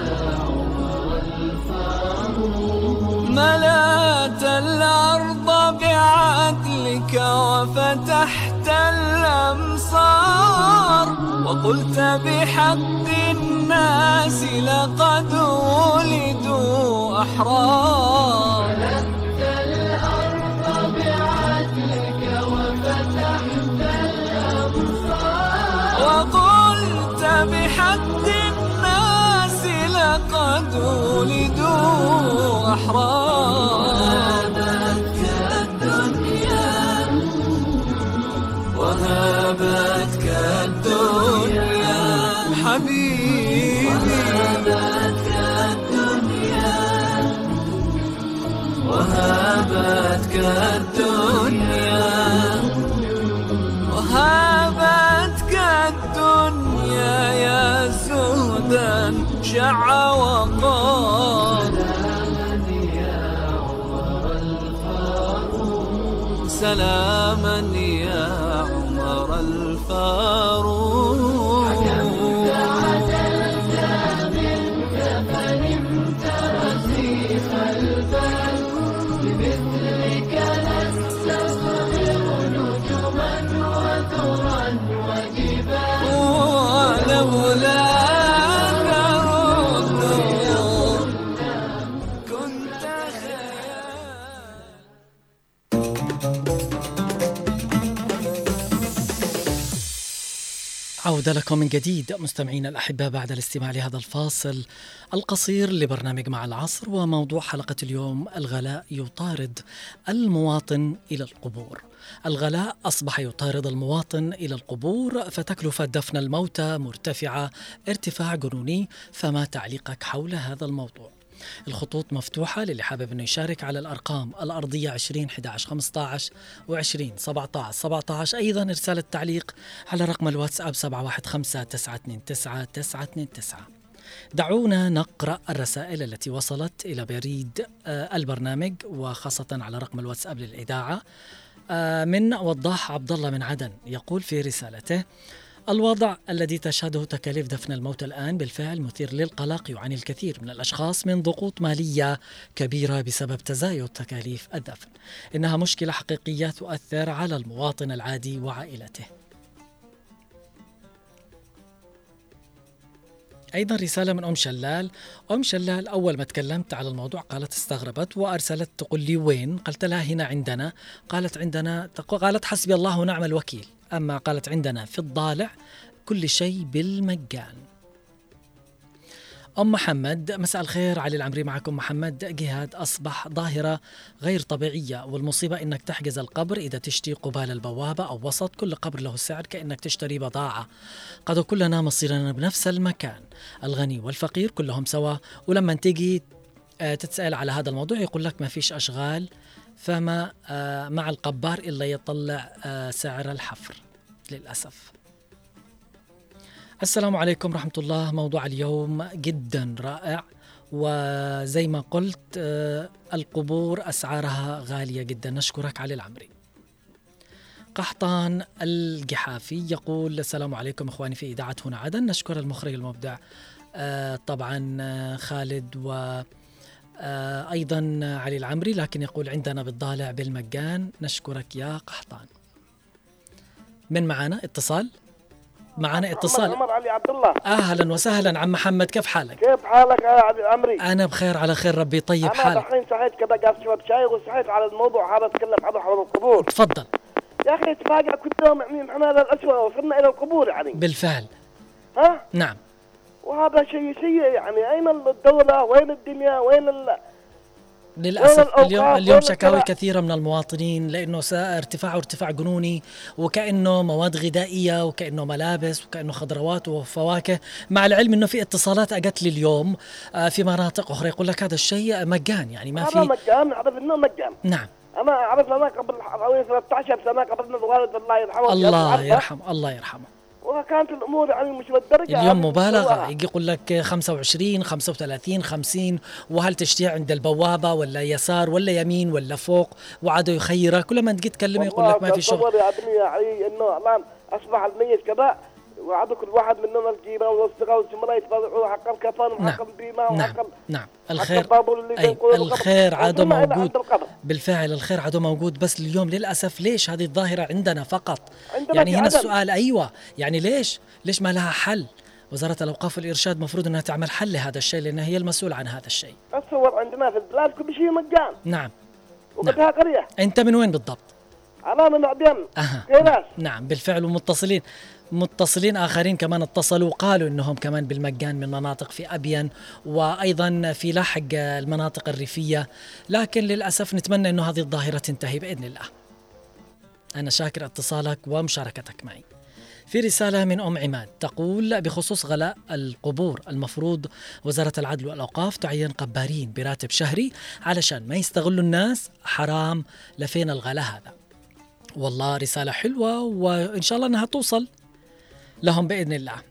S11: ملأت الأرض بعدلك وفتحت الأمصار، وقلت بحق الناس لقد ولدوا أحرار. ملأت الأرض بعدلك وفتحت الأمصار، وقلت بحق الناس لقد ولدوا أحرار. وهابتك الدنيا حبيبي، وهابتك الدنيا، وهابتك الدنيا غدا شع وقار. سلاما يا عمر الفاروق. حكمت عدلت منك فنمت رزيق البال. بمثلك نستغفر نجما وثرا وجبال. ولولاك رد كنت
S1: عودة لكم من جديد مستمعينا الأحباء بعد الاستماع لهذا الفاصل القصير لبرنامج مع العصر. وموضوع حلقة اليوم: الغلاء يطارد المواطن إلى القبور. الغلاء أصبح يطارد المواطن إلى القبور، فتكلفة دفن الموتى مرتفعة ارتفاع جنوني. فما تعليقك حول هذا الموضوع؟ الخطوط مفتوحة للي حابب أنه يشارك على الأرقام الأرضية 20 11 15 و20 17 17. أيضا رسالة تعليق على رقم الواتساب 715 929 929. دعونا نقرأ الرسائل التي وصلت إلى بريد البرنامج، وخاصة على رقم الواتساب للإذاعة. من وضاح عبد الله من عدن يقول في رسالته: الوضع الذي تشهده تكاليف دفن الموتى الآن بالفعل مثير للقلق. يعاني الكثير من الأشخاص من ضغوط مالية كبيرة بسبب تزايد تكاليف الدفن. إنها مشكلة حقيقية تؤثر على المواطن العادي وعائلته. أيضا رسالة من أم شلال. أم شلال أول ما تكلمت على الموضوع قالت استغربت وأرسلت تقول لي وين؟ قلت لها هنا عندنا. قالت حسبي الله ونعم الوكيل. أما قالت عندنا في الضالع كل شيء بالمجان. أم محمد: مساء الخير، علي العمري معكم. محمد: جهاد أصبح ظاهرة غير طبيعية، والمصيبة إنك تحجز القبر إذا تشتري قبال البوابة أو وسط. كل قبر له سعر كأنك تشتري بضاعة. قد كلنا مصيرنا بنفس المكان، الغني والفقير كلهم سوا. ولما تيجي تتسأل على هذا الموضوع يقول لك ما فيش أشغال، فما مع القبار إلا يطلع سعر الحفر للأسف. السلام عليكم ورحمة الله. موضوع اليوم جدا رائع، وزي ما قلت القبور أسعارها غالية جدا. نشكرك علي العمري. قحطان الجحافي يقول: السلام عليكم إخواني في إذاعة هنا عدن. نشكر المخرج المبدع طبعا خالد، و أيضا علي العمري، لكن يقول عندنا بالضالع بالمجان. نشكرك يا قحطان. من معنا اتصال؟ معنا اتصال.
S12: عمر علي عبد الله.
S1: أهلا وسهلا عم محمد، كيف حالك؟
S12: كيف حالك يا علي العمري؟
S1: أنا بخير على خير، ربي يطيب حالك.
S12: أنا الحين صحيت كذا قاعد أشرب شاي وصحيت على الموضوع هذا، أتكلم عنه حول القبور.
S1: تفضل.
S12: يا أخي تفاجأ كل يوم يعني إحنا للأسوأ وصلنا إلى القبور يعني.
S1: بالفعل.
S12: ها؟
S1: نعم.
S12: وهذا شيء يعني. أين الدولة؟ وين الدنيا؟ وين
S1: للأسف اليوم شكاوي كثيرة من المواطنين، لأنه ارتفاع جنوني، وكأنه مواد غذائية، وكأنه ملابس، وكأنه خضروات وفواكه. مع العلم أنه في اتصالات أجت لي اليوم في مناطق أخرى يقول لك هذا الشيء مجان، يعني ما في.
S12: هذا مجان، أعرف أنه مجان.
S1: نعم.
S12: أنا أعرف أنا قبل حوالي 13 سنة قبل الوالد الله يرحمه.
S1: الله يرحمه الله يرحمه.
S12: وكانت الأمور يعني مش بالدرجة.
S1: اليوم مبالغة، يجي يقول لك 25 35 50، وهل تشتري عند البوابة ولا يسار ولا يمين ولا فوق، وعادوا يخيرك. كل ما تجي تكلمه يقول لك ما في شغل.
S12: يا ابني يا علي إنه الآن أصبح الميت كذا، وعاد كل واحد منهم الجيران والأصدقاء والزملاء يتبرعوا حق الكفن وحق البيمة وحق
S1: نعم الخير عاده موجود. بالفعل الخير عاده موجود، بس اليوم للأسف ليش هذه الظاهرة عندنا فقط؟ يعني هنا السؤال أيوة، يعني ليش ما لها حل؟ وزارة الأوقاف والإرشاد مفروض أنها تعمل حل لهذا الشيء، لأنها هي المسؤول عن هذا الشيء.
S12: أتصور عندنا في البلاد كل شيء مجان.
S1: نعم.
S12: وبدها قرية.
S1: أنت من وين بالضبط؟
S12: أنا من عدن.
S1: نعم بالفعل. ومتصلين آخرين كمان اتصلوا وقالوا أنهم كمان بالمجان من مناطق في أبين، وأيضا في لاحق المناطق الريفية. لكن للأسف نتمنى أنه هذه الظاهرة تنتهي بإذن الله. أنا شاكر اتصالك ومشاركتك معي. في رسالة من أم عماد تقول: بخصوص غلاء القبور، المفروض وزارة العدل والأوقاف تعين قبارين براتب شهري علشان ما يستغلوا الناس. حرام، لفين الغلاء هذا؟ والله رسالة حلوة، وإن شاء الله أنها توصل لهم بإذن الله.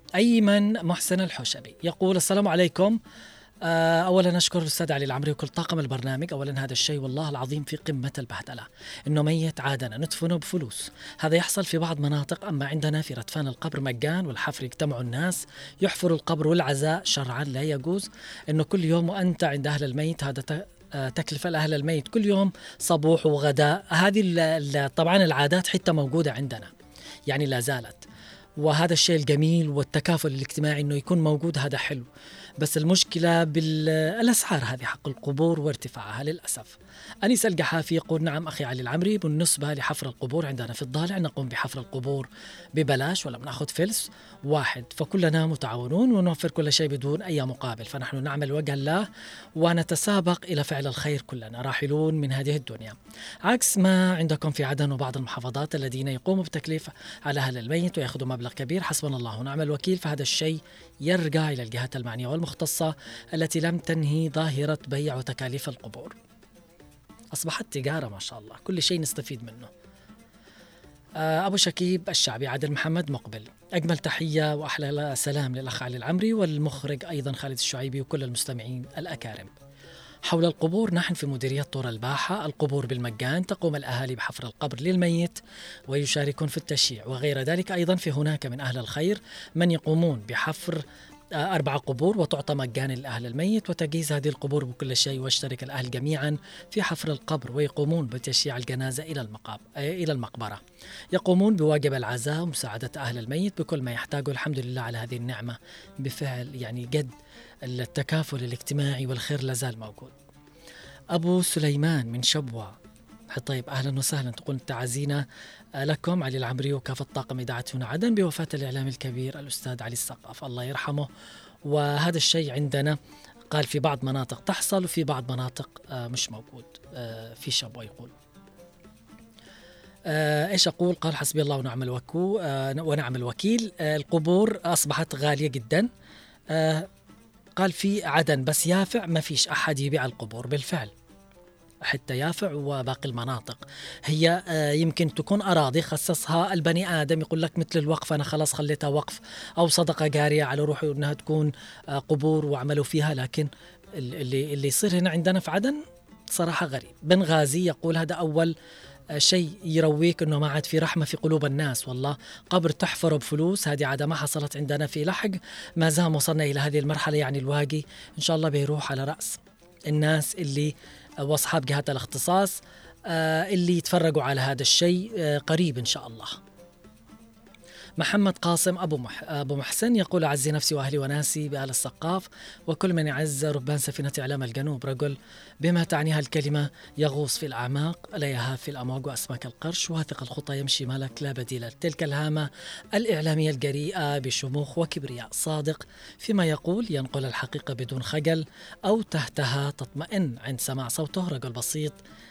S1: أيمن محسن الحوشبي يقول السلام عليكم. أولا أشكر الأستاذ علي العمري وكل طاقم البرنامج. أولا هذا الشيء والله العظيم في قمة البهدلة، إنه ميت عادنا ندفنه بفلوس. هذا يحصل في بعض مناطق، أما عندنا في ردفان القبر مجان، والحفر يجتمعوا الناس يحفروا القبر، والعزاء شرعا لا يجوز إنه كل يوم وأنت عند أهل الميت. هذا تكلفة لأهل الميت كل يوم صبوح وغداء. هذه طبعا العادات حتى موجودة عندنا، يعني لا زالت، وهذا الشيء الجميل والتكافل الاجتماعي إنه يكون موجود، هذا حلو. بس المشكلة بالأسعار هذه حق القبور وارتفاعها للأسف. أنيس القحافي يقول نعم أخي علي العمري، بالنسبة لحفر القبور عندنا في الضالع نقوم بحفر القبور ببلاش ولا بناخذ فلس واحد، فكلنا متعاونون ونوفر كل شيء بدون أي مقابل، فنحن نعمل وجه الله ونتسابق إلى فعل الخير، كلنا راحلون من هذه الدنيا، عكس ما عندكم في عدن وبعض المحافظات الذين يقوموا بتكليف على أهل الميت ويأخذوا مبلغ كبير. حسبنا الله ونعم الوكيل. فهذا الشيء يرجع إلى الجهات المعنية والمختصة التي لم تنهي ظاهرة بيع وتكاليف القبور. أصبحت تجارة ما شاء الله، كل شيء نستفيد منه. أبو شكيب الشعبي عادل محمد مقبل، أجمل تحية وأحلى سلام للأخ علي العمري والمخرج أيضا خالد الشعيبي وكل المستمعين الأكارم. حول القبور، نحن في مديرية طور الباحة القبور بالمجان، تقوم الأهالي بحفر القبر للميت ويشاركون في التشييع وغير ذلك. أيضا في هناك من أهل الخير من يقومون بحفر 4 قبور وتعطى مجانا لأهل الميت وتجهيز هذه القبور بكل شيء، ويشترك الأهل جميعا في حفر القبر ويقومون بتشييع الجنازة إلى المقبرة. يقومون بواجب العزاء ومساعدة أهل الميت بكل ما يحتاجه. الحمد لله على هذه النعمة بفعل، يعني جد التكافل الاجتماعي والخير لازال موجود. أبو سليمان من شبوة حطيب، أهلا وسهلا. تقول تعازينا لكم علي العمري وكافة طاقم إذاعة هنا عدن بوفاة الإعلامي الكبير الأستاذ علي السقاف، الله يرحمه. وهذا الشيء عندنا قال في بعض مناطق تحصل وفي بعض مناطق مش موجود في شبوة. يقول إيش أقول؟ قال حسبي الله ونعم الوكيل. القبور أصبحت غالية جدا. قال في عدن بس يافع ما فيش أحد يبيع القبور. بالفعل حتى يافع وباقي المناطق هي يمكن تكون أراضي خصصها البني آدم، يقول لك مثل الوقف، أنا خلاص خليتها وقف أو صدقة جارية على روحي أنها تكون قبور وعملوا فيها. لكن اللي يصير هنا عندنا في عدن صراحة غريب. بنغازي يقول هذا أول شيء يرويك أنه ما عاد في رحمة في قلوب الناس. والله قبر تحفره بفلوس، هذه عادة ما حصلت عندنا في لحق. ما زال وصلنا إلى هذه المرحلة، يعني الواقي إن شاء الله بيروح على رأس الناس اللي واصحاب جهات الاختصاص اللي يتفرجوا على هذا الشيء قريب إن شاء الله. محمد قاسم أبو محسن يقول أعزي نفسي وأهلي وناسي بآل السقاف وكل من يعز ربان سفينة إعلام الجنوب، رجل بما تعنيها الكلمة يغوص في الأعماق لا يهاب في الأمواج وأسماك القرش، واثق الخطى يمشي ملك لا بديل. تلك الهامة الإعلامية الجريئة بشموخ وكبرياء، صادق فيما يقول، ينقل الحقيقة بدون خجل أو تهتها، تطمئن عند سماع صوته. رجل بسيط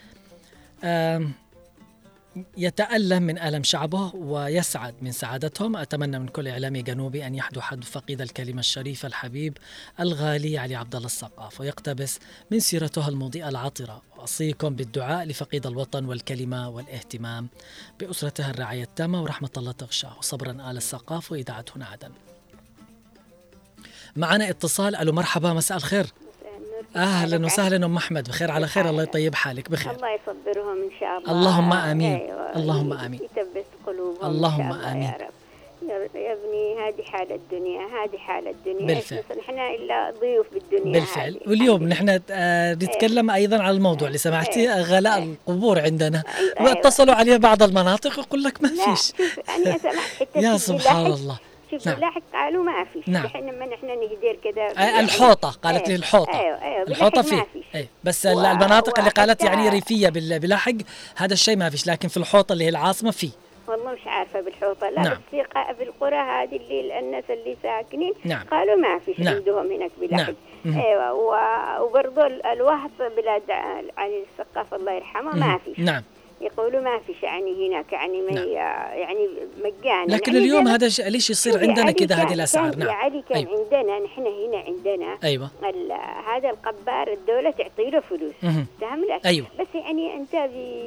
S1: يتألم من ألم شعبه ويسعد من سعادتهم. أتمنى من كل إعلامي جنوبي أن يحدو حد فقيد الكلمة الشريفة الحبيب الغالي علي عبد الله السقاف ويقتبس من سيرته المضيئة العطرة. وأوصيكم بالدعاء لفقيد الوطن والكلمة والاهتمام بأسرته الرعاية التامة ورحمة الله تغشاه. وصبرا آل السقاف وإذاعة هنا عدن. معنا اتصال. ألو مرحبا، مساء الخير. أهلا وسهلا أم أحمد، بخير على خير، الله يطيب حالك بخير.
S13: الله يصبرهم إن شاء الله.
S1: اللهم آمين.
S13: أيوة.
S1: اللهم آمين.
S13: يثبت قلوبهم
S1: اللهم
S13: إن شاء الله
S1: آمين.
S13: يا رب. يا ابني هذه حال الدنيا، هذه حال الدنيا.
S1: بالفعل.
S13: نحن إلا ضيوف بالدنيا.
S1: بالفعل
S13: هذه.
S1: واليوم نحن نتكلم أيضا على الموضوع اللي سمعتي، غلاء القبور عندنا. واتصلوا عليه بعض المناطق يقول لك ما فيش.
S13: أنا سمعت
S1: يا سبحان الله.
S13: شوف
S1: نعم.
S13: لاحق قالوا ما فيش.
S1: نعم.
S13: الحين لما نحن نقدر كذا
S1: الحوطة قالت لي الحوطة.
S13: أيوة.
S1: الحوطة فيه. بس المناطق اللي قالت يعني ريفية بلحق هذا الشيء ما فيش، لكن في الحوطة اللي هي العاصمة فيه.
S13: والله مش عارفة بالحوطة لا.
S1: نعم.
S13: بس في القرى هذه اللي الناس اللي ساكنين.
S1: نعم.
S13: قالوا ما فيش.
S1: نعم.
S13: عندهم هناك بلحق.
S1: نعم.
S13: ايوه. وبرضه الوهب بلاد علي السقاف الله يرحمه ما فيش.
S1: نعم.
S13: يقولوا ما فيش يعني هناك يعني يعني مجانا.
S1: لكن
S13: يعني
S1: اليوم هذا ليش يصير عندنا كذا هذه الأسعار؟
S13: نعم. علي كان
S1: أيوة.
S13: عندنا نحن هنا عندنا
S1: أيوة.
S13: هذا القبار الدولة تعطي له فلوس. فهم لك؟
S1: أيوة.
S13: بس يعني أنت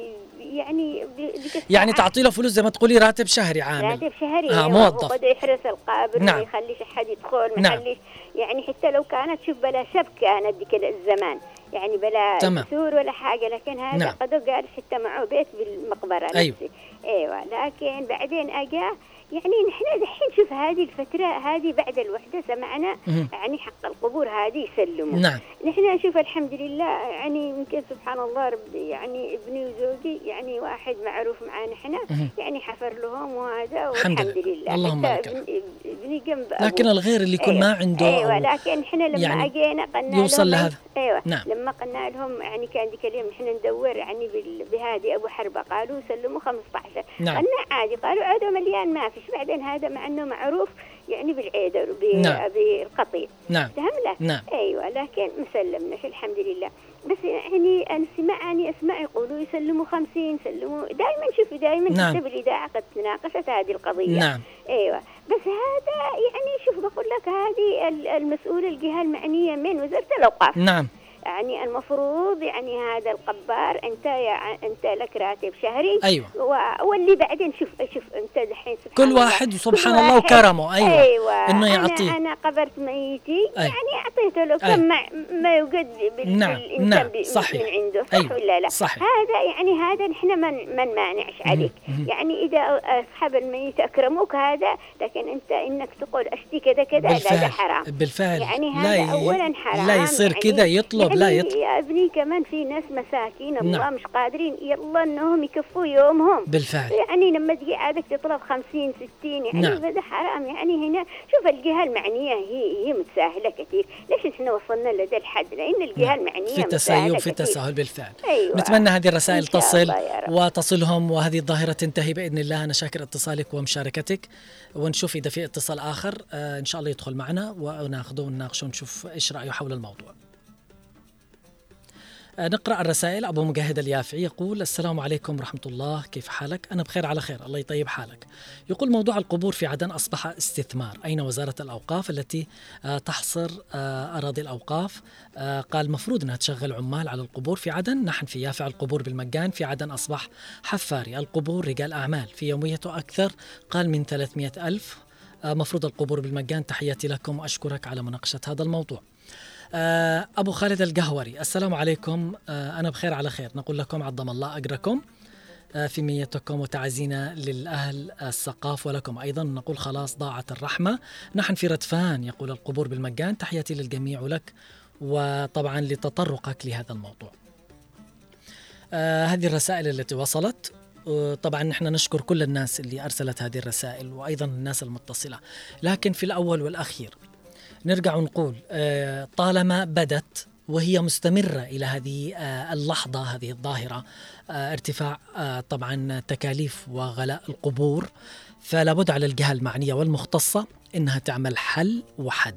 S1: يعني تعطي له فلوس زي ما تقولي راتب شهري عامل.
S13: راتب شهري
S1: موظف.
S13: وقد يحرس القبر
S1: نعم.
S13: ما يخليش أحد يدخل ما يخليش يعني حتى لو كانت شوف بلا شبكة كانت ذيك الزمان يعني بلا سور ولا حاجة لكن هذا قد قال حتى معه بيت بالمقبرة. أيوة لكن بعدين أجا يعني نحن دحين شوف هذه الفترة هذه بعد الوحدة سمعنا يعني حق القبور هذه يسلموا. نحن نشوف الحمد لله يعني يمكن سبحان الله ربي يعني ابني وزوجي يعني واحد معروف معنا نحن يعني حفر لهم وهذا والحمد لله.
S1: اللهم
S13: ابني جنب
S1: لكن الغير اللي يكون ما عنده
S13: أيوة لكن نحن لما يعني أجينا قلنا
S1: يوصل
S13: لهم
S1: لهذا.
S13: أيوة لما قلنا لهم يعني كان ذيك اليوم نحن ندور يعني بهذه أبو حربة قالوا سلموا 15 قلنا عادي قالوا عادوا مليان ما فيش. بعدين هذا مع أنه معروف يعني بالعيدر بالقطيع فهمنا. أيوة لكن مسلمناش الحمد لله. بس يعني أنا أسمع يقولوا يسلموا 50 سلموا دائما شوفوا دائما حتى بالإذاعة قد تناقشت هذه القضية. أيوة بس هذا يعني شوف بقول لك هذه المسؤول الجهة المعنية من وزارة الأوقاف. يعني المفروض يعني هذا القبار انت لك راتب شهري.
S1: أيوة.
S13: واللي بعدين شوف انت دحين
S1: كل واحد سبحان الله وكرمه. أيوة. انه يعطيه.
S13: انا قبرت ميتي يعني اعطيته له كم ما يوجد بالانسان
S1: صحيح.
S13: من عنده صح ولا لا
S1: صحيح.
S13: هذا نحن من مانعش عليك يعني اذا اصحاب الميت اكرموك هذا لكن انت انك تقول اشتي كذا هذا حرام
S1: بالفعل.
S13: يعني هذا اولا حرام
S1: لا يصير
S13: يعني
S1: كذا يطلب لا يطلب.
S13: يا ابني كمان في ناس مساكين الله مش قادرين يلا انهم يكفوا يومهم
S1: بالفعل.
S13: يعني لما تجي عادك تطلب 50 60 يعني هذا حرام. يعني هنا شوف الجهة المعنية هي متساهلة كثير. ليش احنا وصلنا لهذا الحد؟ لأن الجهة المعنية
S1: في تساهل بالفعل.
S13: أيوة.
S1: نتمنى هذه الرسائل تصل وتصلهم وهذه الظاهرة تنتهي بإذن الله. أنا شاكر اتصالك ومشاركتك ونشوف إذا في اتصال آخر إن شاء الله يدخل معنا وناخذه ونناقشه ونشوف إيش رأيه حول الموضوع. نقرأ الرسائل. أبو مجاهد اليافعي يقول السلام عليكم ورحمة الله، كيف حالك؟ أنا بخير على خير، الله يطيب حالك. يقول موضوع القبور في عدن أصبح استثمار، أين وزارة الأوقاف التي تحصر أراضي الأوقاف؟ قال مفروض أنها تشغل عمال على القبور في عدن. نحن في يافع القبور بالمجان، في عدن أصبح حفاري القبور رجال أعمال في يوميته أكثر قال من 300,000. مفروض القبور بالمجان. تحياتي لكم وأشكرك على مناقشة هذا الموضوع. أبو خالد القهوري السلام عليكم، أنا بخير على خير، نقول لكم عظم الله أجركم في ميتكم وتعزينا للأهل السقاف ولكم أيضا. نقول خلاص ضاعت الرحمة، نحن في ردفان. يقول القبور بالمجان. تحياتي للجميع ولك وطبعا لتطرقك لهذا الموضوع. هذه الرسائل التي وصلت. طبعا نحن نشكر كل الناس اللي أرسلت هذه الرسائل وأيضا الناس المتصلة، لكن في الأول والأخير نرجع ونقول طالما بدت وهي مستمرة إلى هذه اللحظة هذه الظاهرة ارتفاع طبعا تكاليف وغلاء القبور، فلا بد على الجهة المعنية والمختصة إنها تعمل حل وحد.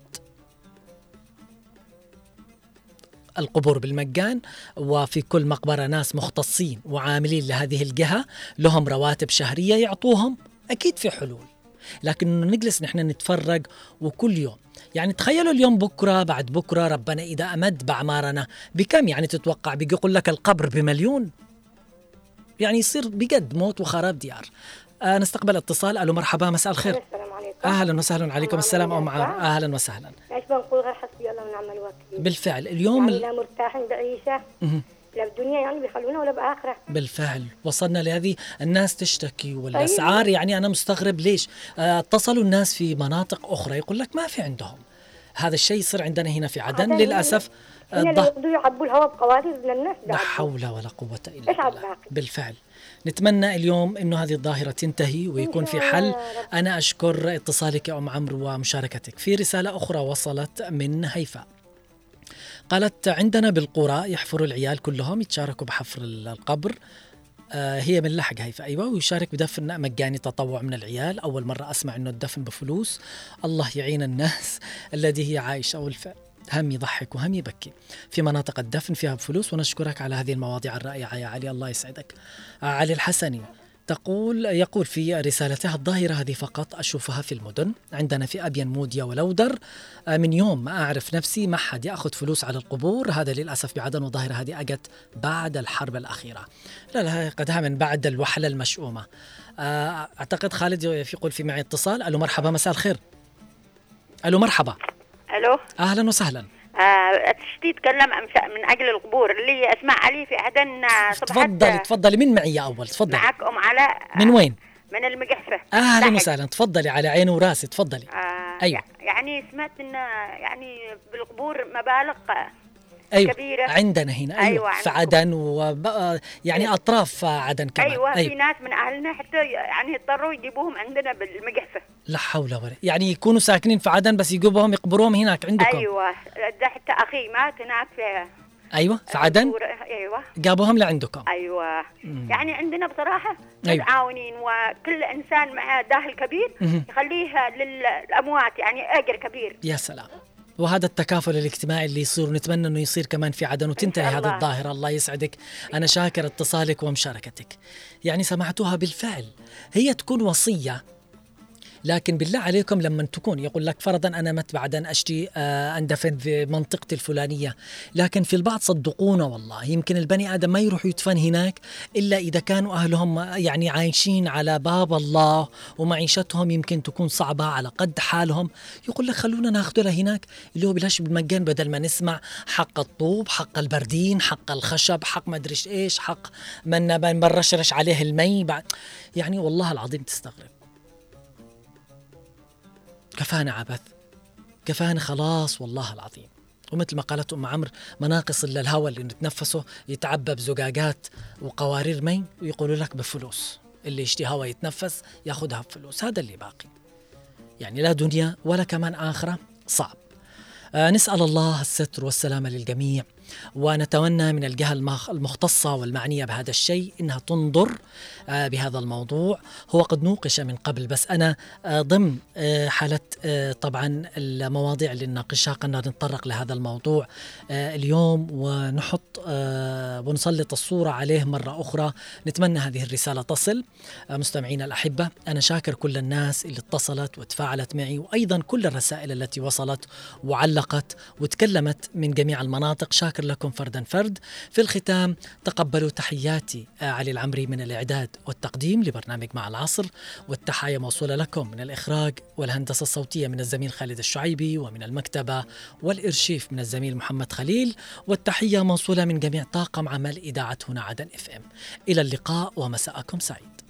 S1: القبور بالمجان وفي كل مقبرة ناس مختصين وعاملين لهذه الجهة لهم رواتب شهرية يعطوهم، أكيد في حلول. لكن نجلس نحن نتفرج وكل يوم يعني تخيلوا اليوم بكرة بعد بكرة ربنا إذا أمد بأعمارنا بكم يعني تتوقع بيجي يقول لك القبر ب1,000,000 يعني يصير بجد موت وخراب ديار. نستقبل اتصال. ألو مرحبا، مساء الخير.
S14: السلام عليكم.
S1: أهلا وسهلا. عليكم السلام أم عمر. أهلا وسهلا.
S14: ايش بنقول غير حسبي الله ونعم الوكيل.
S1: بالفعل اليوم
S14: يعني لا مرتاحين بعيشة لا بدنيا يعني بيخلونا ولا بآخرة.
S1: بالفعل وصلنا لهذه الناس تشتكي والأسعار يعني أنا مستغرب ليش اتصلوا الناس في مناطق أخرى يقول لك ما في عندهم هذا الشيء. يصير عندنا هنا في عدن للأسف
S14: يقدروا يعبوا الهواء بقوارير للناس.
S1: لا حول ولا قوة إلا بالله. بالفعل نتمنى اليوم إنه هذه الظاهرة تنتهي ويكون في حل. أنا أشكر اتصالك يا أم عمرو ومشاركتك. في رسالة أخرى وصلت من هيفاء قالت عندنا بالقرى يحفروا العيال كلهم يتشاركوا بحفر القبر. هي من لحق هيفاء أيوة، ويشارك بدفن مجاني تطوع من العيال. أول مرة أسمع إنه الدفن بفلوس. الله يعين الناس الذي هي عايشة والفعل هم يضحك وهم يبكي. في مناطق الدفن فيها بفلوس. ونشكرك على هذه المواضيع الرائعة يا علي، الله يسعدك. علي الحسني يقول في رسالتها: الظاهرة هذه فقط أشوفها في المدن، عندنا في أبين موديا ولودر، من يوم ما أعرف نفسي ما حد يأخذ فلوس على القبور، هذا للأسف بعدن، والظاهرة هذه أجت بعد الحرب الأخيرة. لا قدها من بعد الوحلة المشؤومة. أعتقد خالد يقول في معي اتصال. ألو مرحبا، مساء الخير. ألو مرحبا.
S15: ألو
S1: أهلا وسهلا.
S15: تشتي تتكلم من أجل القبور اللي أسمع عليه في عدن.
S1: تفضلي من معي أول، تفضلي.
S15: معك أم علاء.
S1: من وين؟
S15: من المقحفة.
S1: أهلا وسهلا، تفضلي، على عيني وراسي، تفضلي. أيوة.
S15: يعني سمعت إن يعني بالقبور مبالغ
S1: أيوة.
S15: كبيرة
S1: عندنا هنا. أيوة. في عدن يعني أطراف عدن كمان.
S15: أيوة. في ناس من أهلنا حتى يعني اضطروا يجيبوهم عندنا بالمقحفة.
S1: لا حول ولا، يعني يكونوا ساكنين في عدن بس يجيبوهم يقبروهم هناك عندكم.
S15: أيوة. ده حتى أخي مات هناك في.
S1: أيوة في عدن.
S15: أيوة.
S1: جابوهم لعندكم.
S15: أيوة. يعني عندنا بصراحة متعاونين، وكل إنسان معه داخل كبير يخليه للأموات، يعني أجر كبير.
S1: يا سلام. وهذا التكافل الاجتماعي اللي يصير، ونتمنى أنه يصير كمان في عدن وتنتهي هذه الظاهرة. الله يسعدك، أنا شاكر اتصالك ومشاركتك. يعني سمعتوها بالفعل، هي تكون وصية، لكن بالله عليكم لما تكون يقول لك فرضا أنا مت بعدين أشتي أندفن في منطقتي الفلانية، لكن في البعض صدقونا والله يمكن البني آدم ما يروح يدفن هناك إلا إذا كانوا أهلهم يعني عايشين على باب الله ومعيشتهم يمكن تكون صعبة على قد حالهم. يقول لك خلونا ناخذه لهناك اللي هو بلاش بالمجان، بدل ما نسمع حق الطوب، حق البردين، حق الخشب، حق ما أدري إيش، حق من بنرشرش عليه المي بعد. يعني والله العظيم تستغرب. كفانا عبث، كفانا خلاص والله العظيم. ومثل ما قالت أم عمرو، مناقص إلا الهواء اللي نتنفسه يتعبى بزجاجات وقوارير مي، ويقولوا لك بفلوس، اللي يشتي هواء يتنفس ياخدها بفلوس. هذا اللي باقي، يعني لا دنيا ولا كمان آخرة. صعب. نسأل الله الستر والسلامة للجميع، ونتمنى من الجهة المختصة والمعنية بهذا الشيء إنها تنظر بهذا الموضوع. هو قد نوقش من قبل، بس أنا ضمن حالة طبعا المواضيع اللي نناقشها قلنا نتطرق لهذا الموضوع اليوم ونحط ونسلط الصورة عليه مرة أخرى. نتمنى هذه الرسالة تصل. مستمعينا الأحبة، أنا شاكر كل الناس اللي اتصلت وتفاعلت معي، وأيضا كل الرسائل التي وصلت وعلقت وتكلمت من جميع المناطق. شاكر لكم فردا فرد. في الختام تقبلوا تحياتي علي العمري من الإعداد والتقديم لبرنامج مع العصر، والتحايا موصولة لكم من الإخراج والهندسة الصوتية من الزميل خالد الشعيبي، ومن المكتبة والإرشيف من الزميل محمد خليل، والتحية موصولة من جميع طاقم عمل إذاعة هنا عدن FM. إلى اللقاء ومساءكم سعيد.